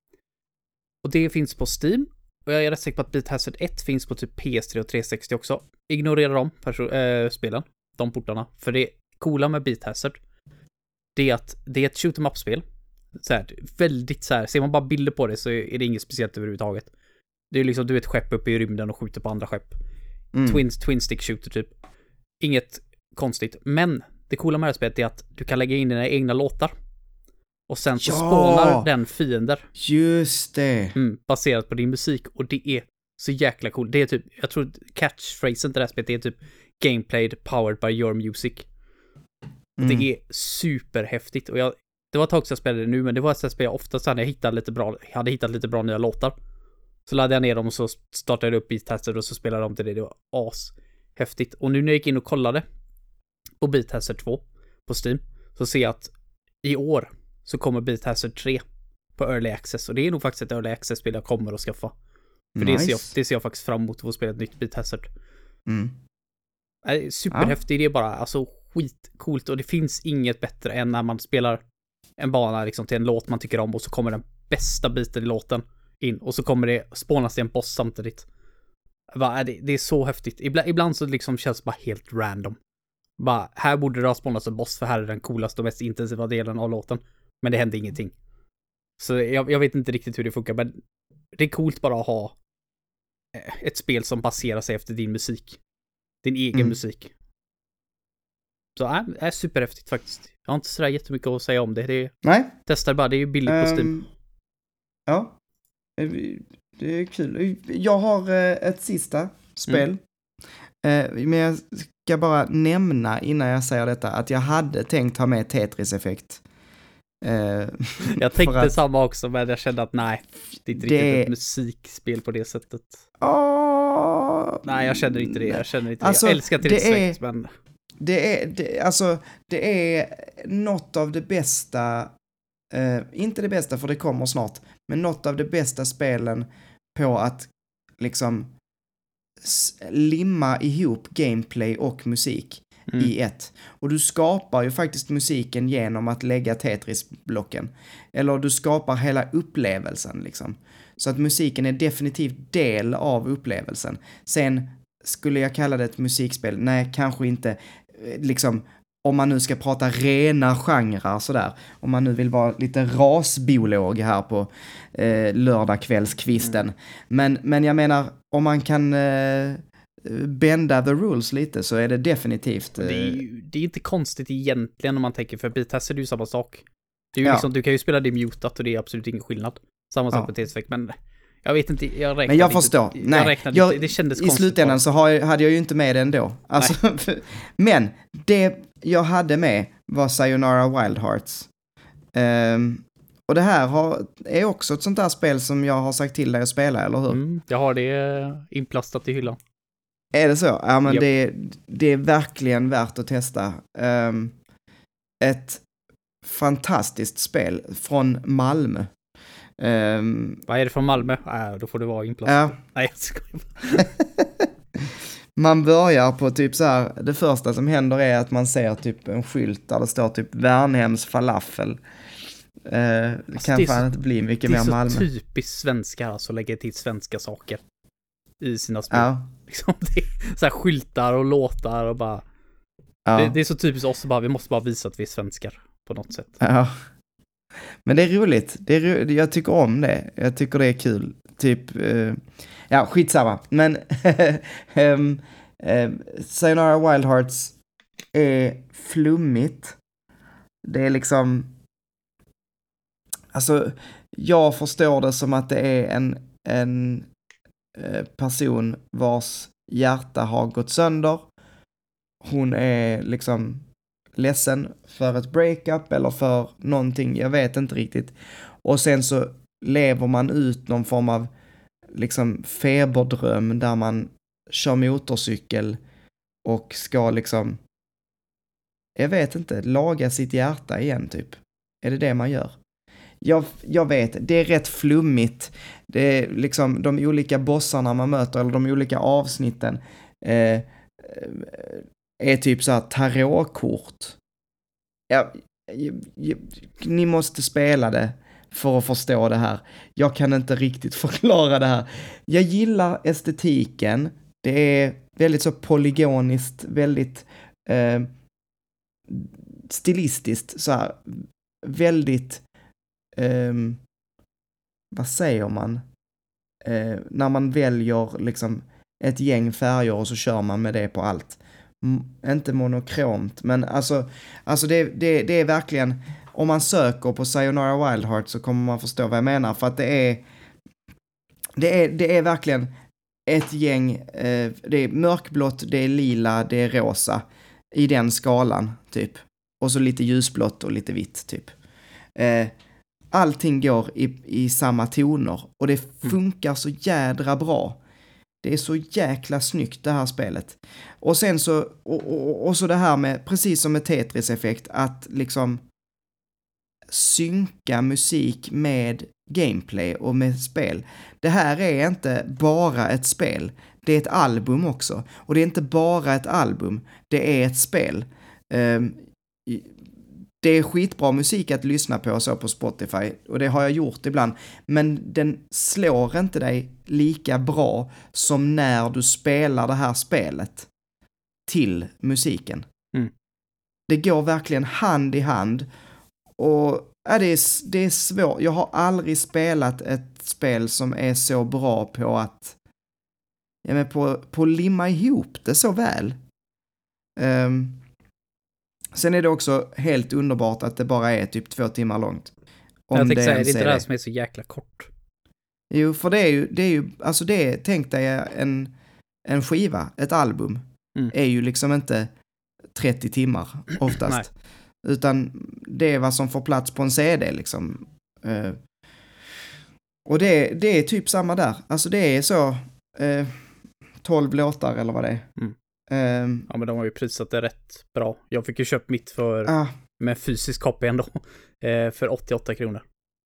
Och det finns på Steam. Och jag är rätt säker på att Beat Hazard ett finns på typ P S tre och trehundrasextio också. Ignorera de perso- äh, spelen. De portarna. För det coola med Beat Hazard, det är att det är ett shoot 'em up-spel. Så här, väldigt så här, ser man bara bilder på det så är det inget speciellt överhuvudtaget. Det är liksom, du är ett skepp uppe i rymden och skjuter på andra skepp. Mm. Twin, twin stick shooter typ. Inget konstigt. Men det coola med det här spelet är att du kan lägga in dina egna låtar. Och sen så ja! spånar den fiender. Just det. Mm, baserat på din musik. Och det är så jäkla coolt. Det är typ, jag tror catchphrasen till det här spelet är typ gameplayed powered by your music. Mm. Det är superhäftigt. Och jag, det var ett tag sedan jag spelade nu, men det var ett spel jag oftast hade jag hittat lite bra, jag hade hittat lite bra nya låtar. Så laddade jag ner dem och så startade jag upp Beat Hazard och så spelade de till det. Det var ashäftigt. Och nu när jag gick in och kollade på Beat Hazard två på Steam så ser jag att i år så kommer Beat Hazard tre på Early Access. Och det är nog faktiskt ett Early Access-spel jag kommer att skaffa. För nice. det, ser jag, det ser jag faktiskt fram emot att få spela ett nytt Beat Hazard. Mm. Superhäftigt, ja. Det är bara alltså skitcoolt. Och det finns inget bättre än när man spelar en bana liksom, till en låt man tycker om och så kommer den bästa biten i låten in. Och så kommer det spånas till en boss samtidigt. Va, det, det är så häftigt. Ibland, ibland så liksom känns det bara helt random. Bara, här borde det ha spånats en boss för här är den coolaste och mest intensiva delen av låten. Men det hände ingenting. Så jag, jag vet inte riktigt hur det funkar, men det är coolt bara att ha ett spel som baserar sig efter din musik. Din egen mm. musik. Så äh, det är superhäftigt faktiskt. Jag har inte sådär jättemycket att säga om det. det är, Nej. Testar bara, det är ju billigt um, på Steam. Ja. Det är kul. Jag har ett sista spel. Mm. Men jag ska bara nämna innan jag säger detta att jag hade tänkt ha med Tetris-effekt. Jag tänkte att, samma också, men jag kände att nej, det är inte det, riktigt ett musikspel på det sättet. Åh, nej, jag känner inte det. Jag känner inte alltså, det. Jag älskar Tetris-effekt, är, men... Det är, det, alltså, det är något av det bästa, eh, inte det bästa för det kommer snart, men något av det bästa spelen på att liksom limma ihop gameplay och musik mm. i ett. Och du skapar ju faktiskt musiken genom att lägga Tetris-blocken. Eller du skapar hela upplevelsen liksom. Så att musiken är definitivt del av upplevelsen. Sen skulle jag kalla det ett musikspel? Nej, kanske inte. Liksom, om man nu ska prata rena genrer sådär. Om man nu vill vara lite rasbiolog här på eh, lördagkvällskvisten. Mm. Men, men jag menar, om man kan eh, bända the rules lite så är det definitivt... Eh... Det, är ju, det är inte konstigt egentligen om man tänker, för Beat Hazard är ju samma sak. Det är ju ja. liksom, du kan ju spela det mutat och det är absolut ingen skillnad. Samma sak ja. med Tetris-effekt, men... Jag vet inte, jag räknade Men jag förstår. Inte, Nej, jag räknade jag, inte, det kändes i konstigt. I slutändan bara. så har, hade jag ju inte med det ändå. Alltså, men det jag hade med var Sayonara Wild Hearts. Um, och det här har, är också ett sånt där spel som jag har sagt till dig att spela, eller hur? Mm, jag har det inplastat i hyllan. Är det så? Ja, men yep. det, det är verkligen värt att testa. Um, ett fantastiskt spel från Malmö. Um, Vad är det från Malmö? Äh, då får det vara inplastat. Ja. Nej, jag skojar. Man börjar på typ så här, det första som händer är att man ser typ en skylt där det står typ Värnhems falafel. Eh, det alltså, kan det fan så, inte bli mycket mer Malmö. Det är så typiskt svenskar, alltså lägga till svenska saker i sina spel. Ja. Liksom, det är så här skyltar och låtar och bara... Ja. Det, det är så typiskt oss, bara, vi måste bara visa att vi är svenskar på något sätt. Ja. Men det är roligt. Det är ro- jag tycker om det. Jag tycker det är kul. Typ, eh, ja, skitsamma. Men um, um, Sayonara Wild Hearts är flummigt. Det är liksom... Alltså, jag förstår det som att det är en, en eh, person vars hjärta har gått sönder. Hon är liksom ledsen för ett breakup eller för någonting, jag vet inte riktigt. Och sen så lever man ut någon form av liksom feberdröm där man kör motorcykel och ska liksom, jag vet inte, laga sitt hjärta igen typ. Är det det man gör? Jag, jag vet, det är rätt flummigt. Det är liksom de olika bossarna man möter eller de olika avsnitten eh, är typ så här tarotkort. Ja, ni måste spela det för att förstå det här. Jag kan inte riktigt förklara det här. Jag gillar estetiken. Det är väldigt så polygoniskt, väldigt eh, stilistiskt så här. Väldigt eh, vad säger man? Eh, när man väljer liksom ett gäng färger och så kör man med det på allt. M- inte monokromt, men alltså, alltså det, det, det är verkligen, om man söker på Sayonara Wild Hearts så kommer man förstå vad jag menar, för att det är det är, det är verkligen ett gäng, eh, det är mörkblått, det är lila, det är rosa i den skalan typ, och så lite ljusblått och lite vitt typ. Eh, allting går i, i samma toner och det funkar så jädra bra. Det är så jäkla snyggt det här spelet. Och sen så, och, och, och så det här med, precis som med Tetris-effekt, att liksom synka musik med gameplay och med spel. Det här är inte bara ett spel, det är ett album också. Och det är inte bara ett album, det är ett spel. Um, det är skitbra musik att lyssna på så på Spotify, och det har jag gjort ibland, men den slår inte dig lika bra som när du spelar det här spelet till musiken. Mm. Det går verkligen hand i hand, och ja, det, är, det är svårt. Jag har aldrig spelat ett spel som är så bra på att ja, men på, på att limma ihop det så väl. Um, Sen är det också helt underbart att det bara är typ två timmar långt. Om jag tänkte säga, det är inte det här som är så jäkla kort. Jo, för det är ju, det är ju, alltså det är, tänk dig en, en skiva, ett album, mm. är ju liksom inte trettio timmar oftast. Utan det är vad som får plats på en C D liksom. Uh, och det, det är typ samma där. Alltså det är så uh, tolv låtar eller vad det är. Mm. Um, ja, men de har ju prisat det rätt bra. Jag fick ju köpt mitt för uh, med fysisk copy ändå eh, för åttioåtta kronor.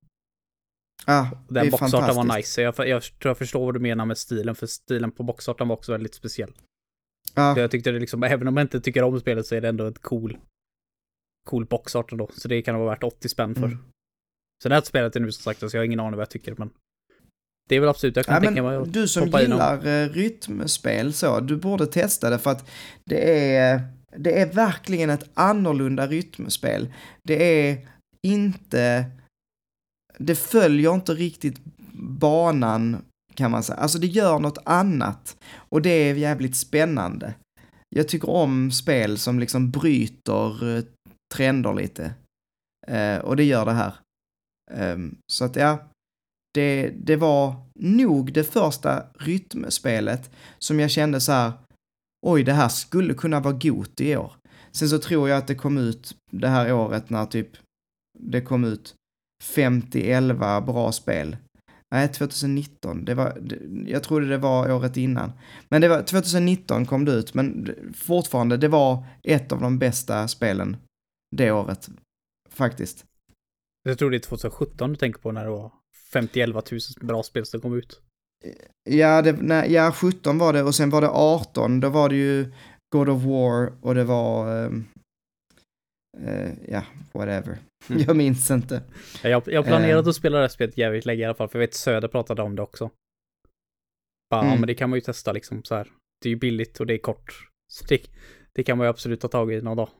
Ja, uh, den boxarten var nice. Jag, jag tror jag förstår vad du menar med stilen, för stilen på boxarten var också väldigt speciell. Uh. Jag tyckte det liksom, även om man inte tycker om spelet så är det ändå ett cool cool boxart ändå. Så det kan vara värt åttio spänn för. Mm. Så det här spelet är nu som sagt, så jag har ingen aning vad jag tycker, men det är väl absolut, jag kan ja, tänka mig att du som gillar rytmspel så, du borde testa det, för att det är, det är verkligen ett annorlunda rytmspel. Det är inte, det följer inte riktigt banan kan man säga. Alltså det gör något annat, och det är jävligt spännande. Jag tycker om spel som liksom bryter trender lite. Uh, och det gör det här. Um, så att ja, Det, det var nog det första rytmspelet som jag kände så här: oj, det här skulle kunna vara gott i år. Sen så tror jag att det kom ut det här året när typ det kom ut femtio elva bra spel. Nej, tjugonitton. Det var, det, jag trodde det var året innan. Men det var tjugonitton kom det ut, men fortfarande, det var ett av de bästa spelen det året, faktiskt. Jag tror det är tjugosjutton du tänker på, när det var femtio elva tusen bra spel som kom ut. Ja, det, nej, ja, sjutton var det, och sen var det arton. Då var det ju God of War, och det var um, uh, ja, whatever. Mm. Jag minns inte. Jag, jag planerat uh, att spela det här spelet jävligt länge i alla fall, för jag vet Söder pratade om det också. Bara, mm. Ja, men det kan man ju testa liksom så här. Det är ju billigt och det är kort. Så det, det kan man ju absolut ta tag i någon dag.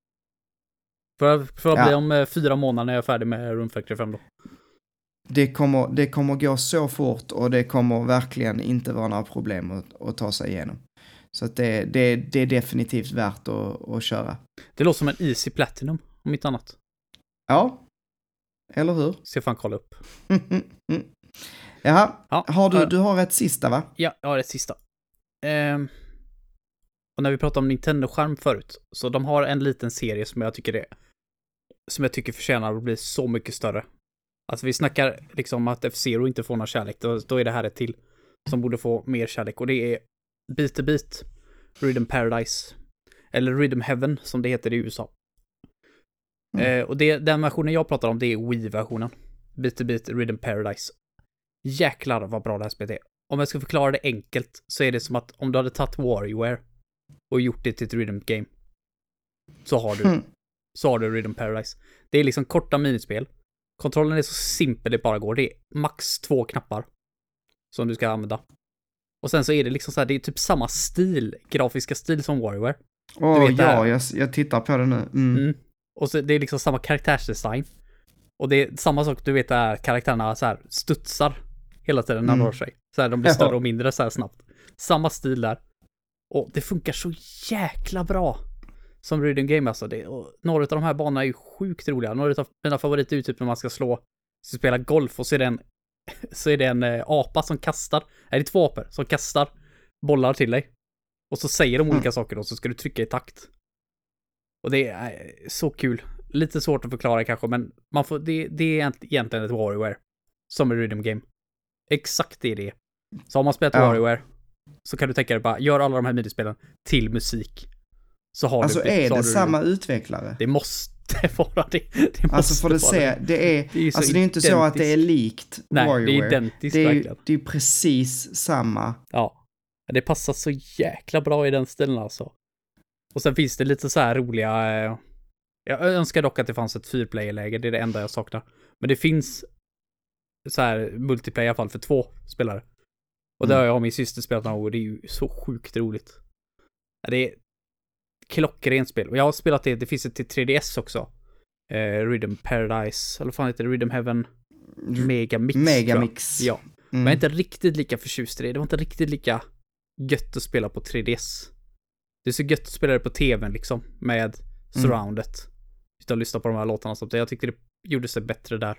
För, för att ja. bli om uh, fyra månader när jag är färdig med Room Factory fem då. Det kommer, det kommer gå så fort och det kommer verkligen inte vara några problem att, att ta sig igenom. Så att det, det, det är definitivt värt att, att köra. Det låter som en Easy Platinum, om inte annat. Ja, eller hur? Så jag fan kolla upp. Jaha, ja, har du, äh, du har ett sista va? Ja, jag har ett sista. Ehm, och när vi pratade om Nintendo-skärm förut, så de har en liten serie som jag tycker är, som jag tycker förtjänar att bli så mycket större. Alltså vi snackar liksom att F-Zero inte får någon kärlek, då, då är det här ett till som borde få mer kärlek, och det är Beat the Beat, Rhythm Paradise, eller Rhythm Heaven som det heter i U S A. Mm. Eh, och det, den versionen jag pratar om, det är Wii-versionen. Beat the Beat, Rhythm Paradise. Jäklar vad bra det här spelet är. Om jag ska förklara det enkelt så är det som att om du hade tagit WarioWare och gjort det till ett Rhythm Game, så har du mm. så har du Rhythm Paradise. Det är liksom korta minispel. Kontrollen är så simpel det bara går. Det är max två knappar som du ska använda. Och sen så är det liksom så här, det är typ samma stil, grafiska stil som WarioWare. Åh oh, ja, jag, jag tittar på det nu. Mm. Mm. Och så det är liksom samma karaktärsdesign. Och det är samma sak, du vet, där karaktärerna så här studsar hela tiden när de mm. rör sig. Så här, de blir större och mindre så här snabbt. Samma stil där. Och det funkar så jäkla bra som Rhythm Game alltså. Det, och några av de här banorna är ju sjukt roliga. Några av mina favoriter är typ när man ska slå, ska spela golf och så är det en, så är det en eh, apa som kastar, är det två apor som kastar bollar till dig. Och så säger de olika mm. saker och så ska du trycka i takt. Och det är så kul. Lite svårt att förklara kanske, men man får, det, det är egentligen ett WarioWare som är Rhythm Game. Exakt det är det. Så om man spelat ja. WarioWare så kan du tänka dig bara, gör alla de här minispelen till musik. Så har alltså du, är så det har samma du, utvecklare? Det måste vara det. det måste alltså för det se, det. det är, det är alltså det är inte så att det är likt Nej, WarioWare. det är identiskt det är, verkligen. Det är precis samma. Ja, det passar så jäkla bra i den stilen alltså. Och sen finns det lite så här roliga... Eh, jag önskar dock att det fanns ett fyrplayer-läge, det är det enda jag saknar. Men det finns så här multiplayer i alla fall för två spelare. Och mm. där har jag och min syster spelat några år, det är ju så sjukt roligt. Det är klockrent spel. Och jag har spelat det, det finns ett till tre D S också. Eh, Rhythm Paradise, eller vad fan heter det? Rhythm Heaven Megamix. Megamix. Ja. Mm. Men jag är inte riktigt lika förtjust i det. Det var inte riktigt lika gött att spela på tre D S. Det är så gött att spela det på tvn liksom, med surroundet. Mm. Utan att lyssna på de här låtarna. Så jag tyckte det gjorde sig bättre där.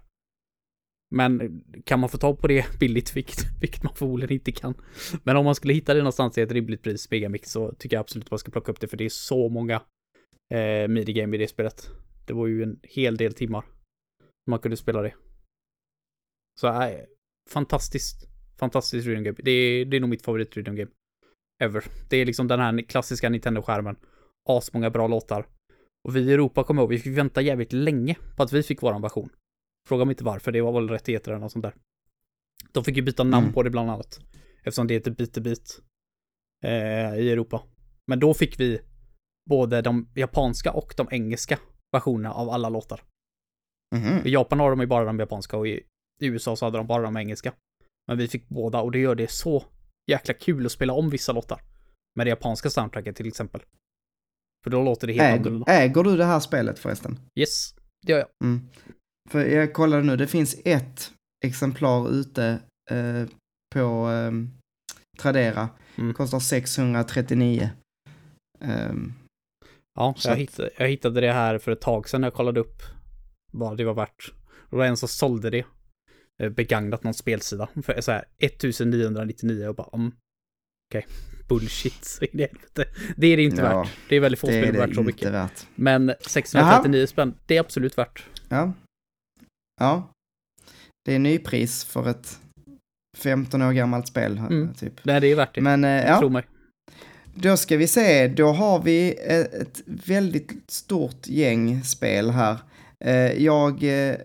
Men kan man få tag på det billigt, vilket, vilket man förmodligen inte kan. Men om man skulle hitta det någonstans i ett rimligt pris, Megamix, så tycker jag absolut att man ska plocka upp det. För det är så många eh, minigame i det spelet. Det var ju en hel del timmar man kunde spela det. Så äh, fantastiskt. Fantastiskt Rhythm Game. Det är, det är nog mitt favorit Rhythm Game ever. Det är liksom den här klassiska Nintendo-skärmen. Asmånga bra låtar. Och vi i Europa kommer ihåg, vi fick vänta jävligt länge på att vi fick våran version. Fråga mig inte varför, det var väl rättigheter eller något sånt där. De fick ju byta namn mm. på det bland annat. Eftersom det heter Beat the Beat eh, i Europa. Men då fick vi både de japanska och de engelska versionerna av alla låtar. Mm. I Japan har de ju bara de japanska och i U S A så hade de bara de engelska. Men vi fick båda och det gör det så jäkla kul att spela om vissa låtar. Med det japanska soundtracket till exempel. För då låter det helt annorlunda. Äger du det här spelet förresten? Yes, det gör jag. Mm. För jag kollade nu, det finns ett exemplar ute eh, på eh, Tradera. Mm. Kostar sexhundratrettionio. Um, ja, jag hittade, jag hittade det här för ett tag sedan när jag kollade upp vad det var värt. Det var en som sålde det. Begagnat någon spelsida. För så här ettusenniohundranittionio och bara, um, okej, okay. Bullshit. Det är, det är det inte ja, värt. Det är väldigt få spel värt så mycket. Värt. Men sexhundratrettionio spänn, det är absolut värt. Ja. Ja. Det är nypris för ett femton år gammalt spel. Mm. Typ. Nej, det är värt det. Men, äh, ja. Tro mig. Då ska vi se, då har vi ett väldigt stort gäng spel här. Jag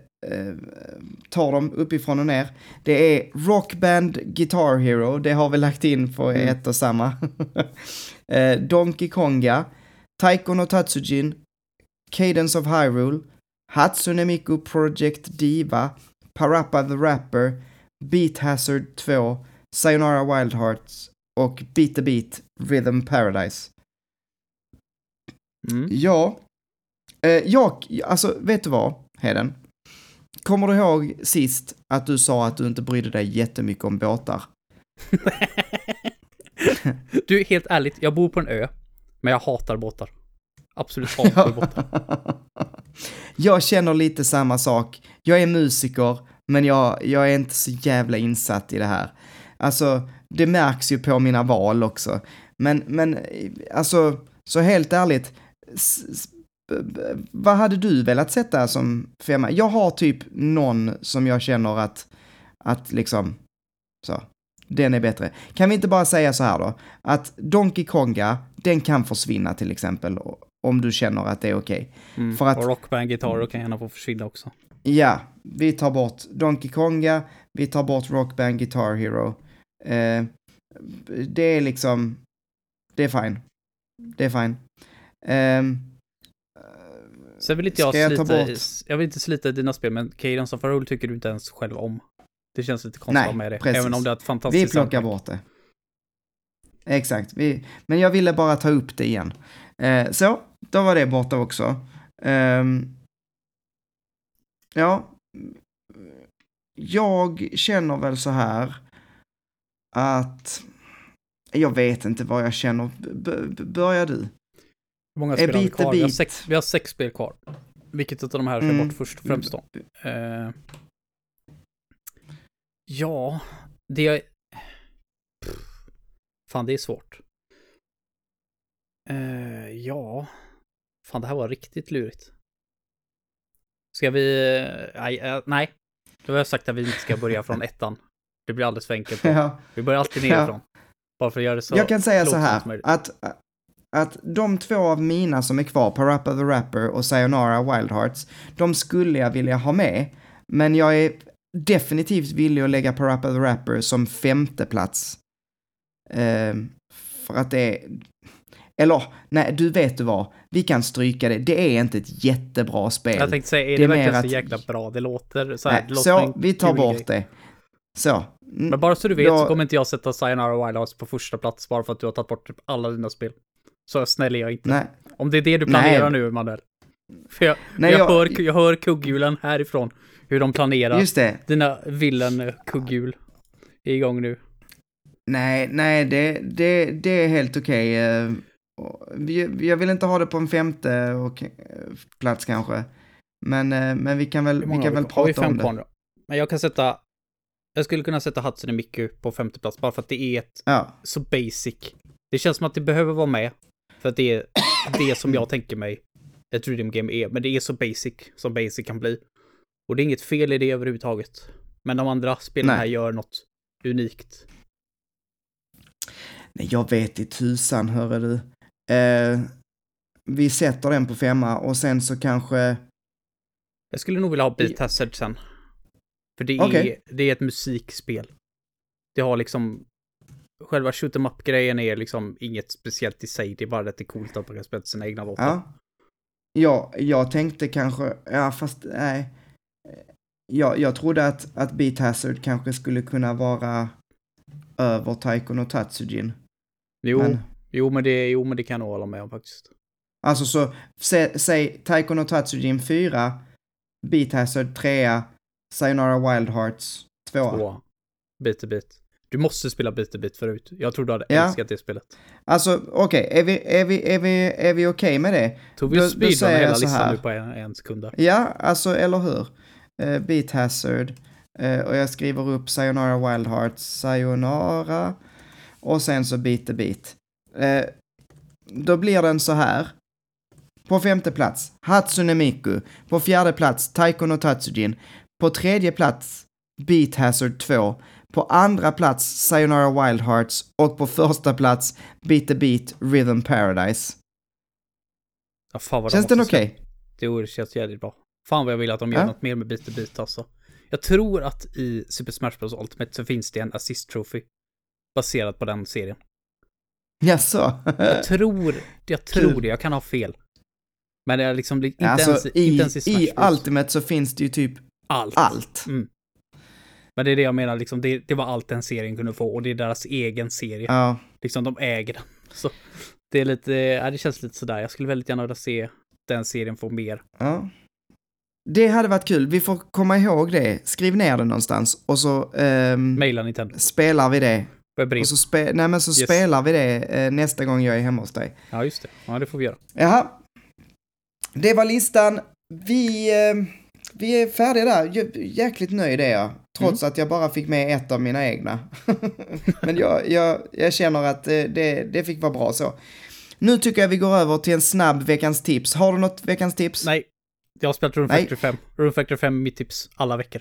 tar dem uppifrån och ner. Det är Rock Band Guitar Hero, det har vi lagt in på mm. ett och samma. Donkey Konga, Taiko no Tatsujin, Cadence of Hyrule, Hatsune Miku Project Diva, Parappa the Rapper, Beat Hazard två, Sayonara Wild Hearts och Beat the Beat Rhythm Paradise. Mm. Ja, eh, jag, alltså vet du vad, Heden? Kommer du ihåg sist att du sa att du inte brydde dig jättemycket om båtar? Du, helt ärligt, jag bor på en ö, men jag hatar båtar. Absolut hatar båtar. Jag känner lite samma sak. Jag är musiker, men jag, jag är inte så jävla insatt i det här. Alltså, det märks ju på mina val också. Men, men alltså, så helt ärligt, s- s- vad hade du velat sätta som femma? Jag har typ någon som jag känner att, att liksom, så, den är bättre. Kan vi inte bara säga så här då? Att Donkey Konga, den kan försvinna till exempel, om du känner att det är okej. Mm. För att, och Rockband Guitar kan gärna få försvinna också. ja, vi tar bort Donkey Konga, vi tar bort Rock Band Guitar Hero. Eh, det är liksom, det är fine. Det är fine. Um, Så vill inte jag Ska jag ta slita, bort? jag vill inte slita i dina spel, men Cadence of Hyrule tycker du inte ens själv om. Det känns lite konstigt Nej, med det. precis. Även om det är ett fantastiskt Vi plockar soundtrack. bort det. Exakt. Vi, men jag ville bara ta upp det igen. Eh, så, då var det borta också. Ehm, ja, jag känner väl så här att jag vet inte vad jag känner. B- b- börjar du? Hur många Är spel har vi Beat the kvar? Vi har, Beat? sex, vi har sex spel kvar. Vilket av de här ska Mm. bort först och främst då? Eh, ja, det är... Pff, fan, det är svårt. Eh, ja... Fan, det här var riktigt lurigt. Ska vi... Nej, eh, nej. Då har jag sagt att vi inte ska börja från ettan. Det blir alldeles för enkelt. Då. Ja. Vi börjar alltid nerifrån. Bara för att göra det så Jag kan säga så plågsamt här, som möjligt. att, att de två av mina som är kvar, Parappa the Rapper och Sayonara Wild Hearts, de skulle jag vilja ha med, men jag är definitivt villig att lägga Parappa the Rapper som femte plats. Eh, för att det är... Eller, nej, du vet du vad, vi kan stryka det, det är inte ett jättebra spel. Jag tänkte säga, är det det, är verkligen mer så att- jäkla bra? Det låter så här. Nej, Det låter så, en vi tar kul bort grej. det. Så. Mm, Men bara så du vet då- så kommer inte jag sätta Sayonara Wild Hearts på första plats bara för att du har tagit bort typ alla dina spel. Så snäll är jag inte. Nej, Om det är det du planerar Nej. nu, Emanuel. För jag, Nej, jag, jag- hör, jag hör kugghjulen härifrån. Hur de planerar. just det. Dina villen kugghjul är igång nu. Nej, nej, det, det, det är helt okej. Eh, och vi- Jag vill inte ha det på en femte och, eh, plats kanske. Men, eh, men vi kan väl, Hur vi många kan har väl vi? Har vi prata fem om kvar det. nu? Men jag kan sätta... Jag skulle kunna sätta Hatsune Miku på femte plats bara för att det är ett Ja, så basic. Det känns som att det behöver vara med. För att det är det som jag tänker mig ett rhythm game är. Men det är så basic som basic kan bli. Och det är inget fel i det överhuvudtaget. Men de andra spelen Nej. här gör något unikt. nej, jag vet i tusan, hörru du. Eh, vi sätter den på femma och sen så kanske... Jag skulle nog vilja ha Beat Hazard sen. För det är, Okej. det är ett musikspel. Det har liksom... Själva shoot 'em up-grejen är liksom inget speciellt i sig. Det är bara att det är coolt att man kan spela sina egna låtar. Ja. Ja, jag tänkte kanske... Ja, fast nej. Ja, jag trodde att, att Beat Hazard kanske skulle kunna vara över Taiko no Tatsujin. Jo, Men- jo, men det, jo, men det kan jag nog hålla med om faktiskt. Alltså så, sä, säg Taiko no Tatsujin fyra, Beat Hazard tre, Sayonara Wild Hearts två. Två. Bit to bit. Du måste spela Bit to bit förut. Jag tror du hade Ja. älskat det spelet. Alltså, okej, är vi, är vi, är vi, är vi okej med det? Tog vi Då- då speedrun säger hela jag så listan här. nu på en, en sekund där. Ja, alltså, eller hur? Uh, Beat Hazard, eh, och jag skriver upp Sayonara Wild Hearts, Sayonara, och sen så Beat the Beat. Eh, då blir den så här. På femte plats, Hatsune Miku. På fjärde plats, Taiko no Tatsujin. På tredje plats, Beat Hazard två. På andra plats, Sayonara Wild Hearts. Och på första plats, Beat the Beat Rhythm Paradise. Ja, fan vad de Känns den måste okej? Jo, det känns jävligt bra. Fan vad jag vill att de gör Ja. något mer med Beat to Beat alltså. Jag tror att i Super Smash Bros Ultimate så finns det en assist trophy baserat på den serien. Jaså? Jag tror, jag tror Kul. det, jag kan ha fel. Men det är liksom inte, alltså, ens, i, inte ens i Smash i Ultimate så finns det ju typ allt. allt. Mm. Men det är det jag menar, liksom, det, det var allt den serien kunde få. Och det är deras egen serie. Ja. Liksom, de äger den. Så det är lite, ja, det känns lite sådär. Jag skulle väldigt gärna vilja se den serien få mer. Ja. Det hade varit kul. Vi får komma ihåg det. Skriv ner det någonstans. Och så ehm, Maila Nintendo. spelar vi det. Brev. Och så, spe- nej, men så Yes. spelar vi det eh, nästa gång jag är hemma hos dig. Ja, just det. Ja, det får vi göra. Jaha. Det var listan. Vi, eh, vi är färdiga där. J- jäkligt nöjd är jag. Trots mm. att jag bara fick med ett av mina egna. Men jag, jag, jag känner att det, det, det fick vara bra så. Nu tycker jag vi går över till en snabb veckans tips. Har du något veckans tips? Nej. Jag har spelat Rune Factory fem. Rune Factory fem är mitt tips alla veckor.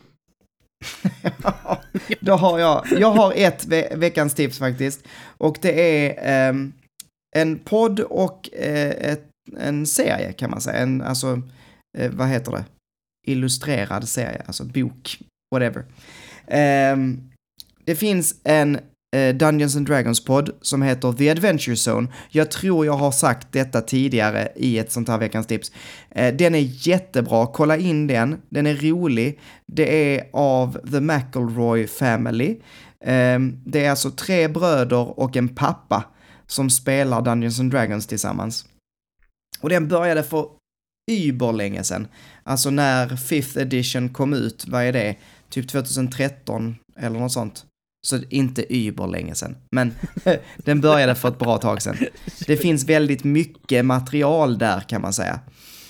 Då har jag, jag har ett ve- veckans tips faktiskt. Och det är eh, en podd och eh, ett, en serie kan man säga. En, alltså, eh, vad heter det? Illustrerad serie, alltså bok, whatever. Eh, det finns en eh, Dungeons and Dragons podd som heter The Adventure Zone. Jag tror jag har sagt detta tidigare i ett sånt här veckans tips. Eh, den är jättebra, kolla in den. Den är rolig. Det är av The McElroy Family. Eh, det är alltså tre bröder och en pappa som spelar Dungeons and Dragons tillsammans. Och den började för überlänge sedan. Alltså när fifth edition kom ut, vad är det? Typ tjugohundratretton eller något sånt. Så inte überlänge sedan. Men den började för ett bra tag sedan. Det finns väldigt mycket material där kan man säga.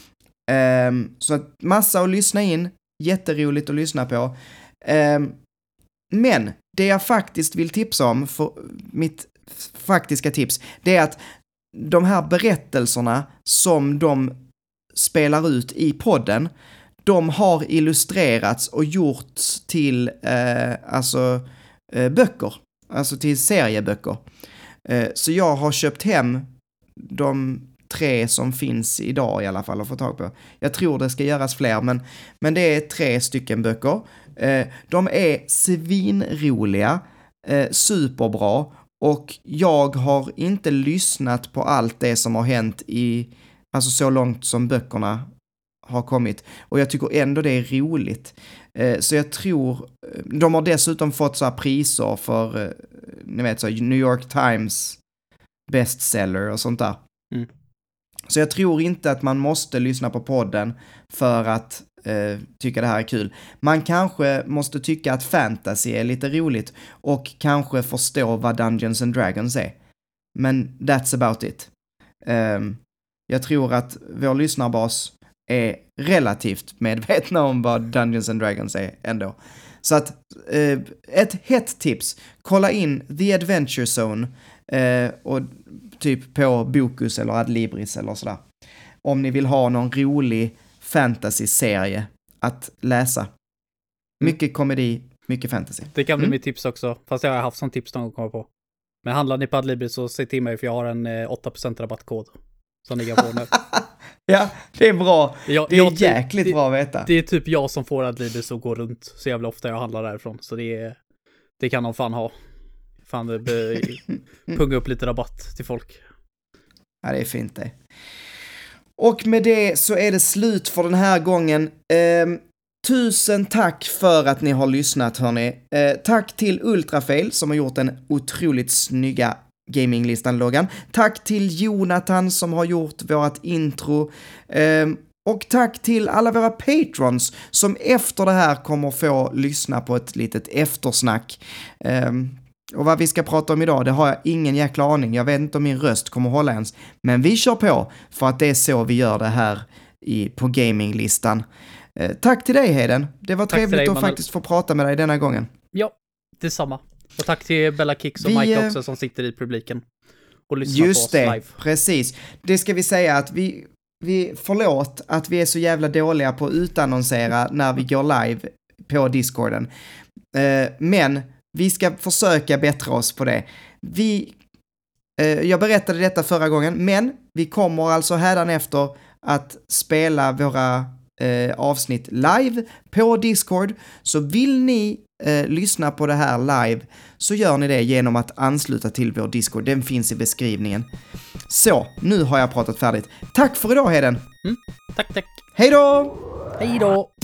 Um, så att massa att lyssna in. Jätteroligt att lyssna på. Um, men det jag faktiskt vill tipsa om, för mitt faktiska tips, det är att de här berättelserna som de spelar ut i podden, de har illustrerats och gjorts till eh, alltså eh, böcker, alltså till serieböcker. Eh, så jag har köpt hem de tre som finns idag i alla fall att få tag på. Jag tror det ska göras fler, men, men det är tre stycken böcker. Eh, de är svinroliga, eh, superbra, och jag har inte lyssnat på allt det som har hänt i, alltså så långt som böckerna har kommit. Och jag tycker ändå det är roligt. Eh, så jag tror, de har dessutom fått så här priser för, eh, ni vet så, New York Times bestseller och sånt där. Mm. Så jag tror inte att man måste lyssna på podden för att eh, tycka det här är kul. Man kanske måste tycka att fantasy är lite roligt och kanske förstå vad Dungeons and Dragons är. Men that's about it. Um, jag tror att vår lyssnarbas är relativt medvetna om vad Dungeons and Dragons är ändå. Så att eh, ett hett tips, kolla in The Adventure Zone eh, och typ på Bokus eller Adlibris eller sådär. Om ni vill ha någon rolig fantasy-serie att läsa. Mycket komedi, mycket fantasy. Det kan bli Mm. mitt tips också, fast jag har haft som tips någon gång att komma på. Men handlar ni på Adlibris så säg till mig, för jag har en eh, åtta procent rabattkod som ni kan få nu. Ja, det är bra. Jag, det är jag, jäkligt det, bra att veta. Det är typ jag som får Adlibris och går runt så jävla ofta jag handlar därifrån. Så det, är, det kan de fan ha. Fan, det be, punga upp lite rabatt till folk. Ja, det är fint det. Och med det så är det slut för den här gången. Eh, tusen tack för att ni har lyssnat, hörni. Eh, tack till Ultrafail som har gjort en otroligt snygga gaminglistan-loggan. Tack till Jonathan som har gjort vårt intro. Eh, och tack till alla våra patrons som efter det här kommer få lyssna på ett litet eftersnack. Eh, och vad vi ska prata om idag, det har jag ingen jäkla aning. Jag vet inte om min röst kommer hålla ens. Men vi kör på för att det är så vi gör det här i, på gaminglistan. Eh, tack till dig, Hayden. Det var tack trevligt dig, att Manuel. Faktiskt få prata med dig denna gången. Ja, detsamma. Och tack till Bella Kicks och vi, Mike också som sitter i publiken och lyssnar just på oss det, live. Precis. Det ska vi säga att vi, vi förlåt att vi är så jävla dåliga på att utannonsera när vi går live på Discorden. Eh, men vi ska försöka bättra oss på det. Vi, eh, jag berättade detta förra gången, men vi kommer alltså hädanefter att spela våra eh, avsnitt live på Discord. Så vill ni eh, lyssna på det här live så gör ni det genom att ansluta till vår Discord. Den finns i beskrivningen. Så, nu har jag pratat färdigt. Tack för idag, Heden. Mm, tack, tack. Hej då! Hej då!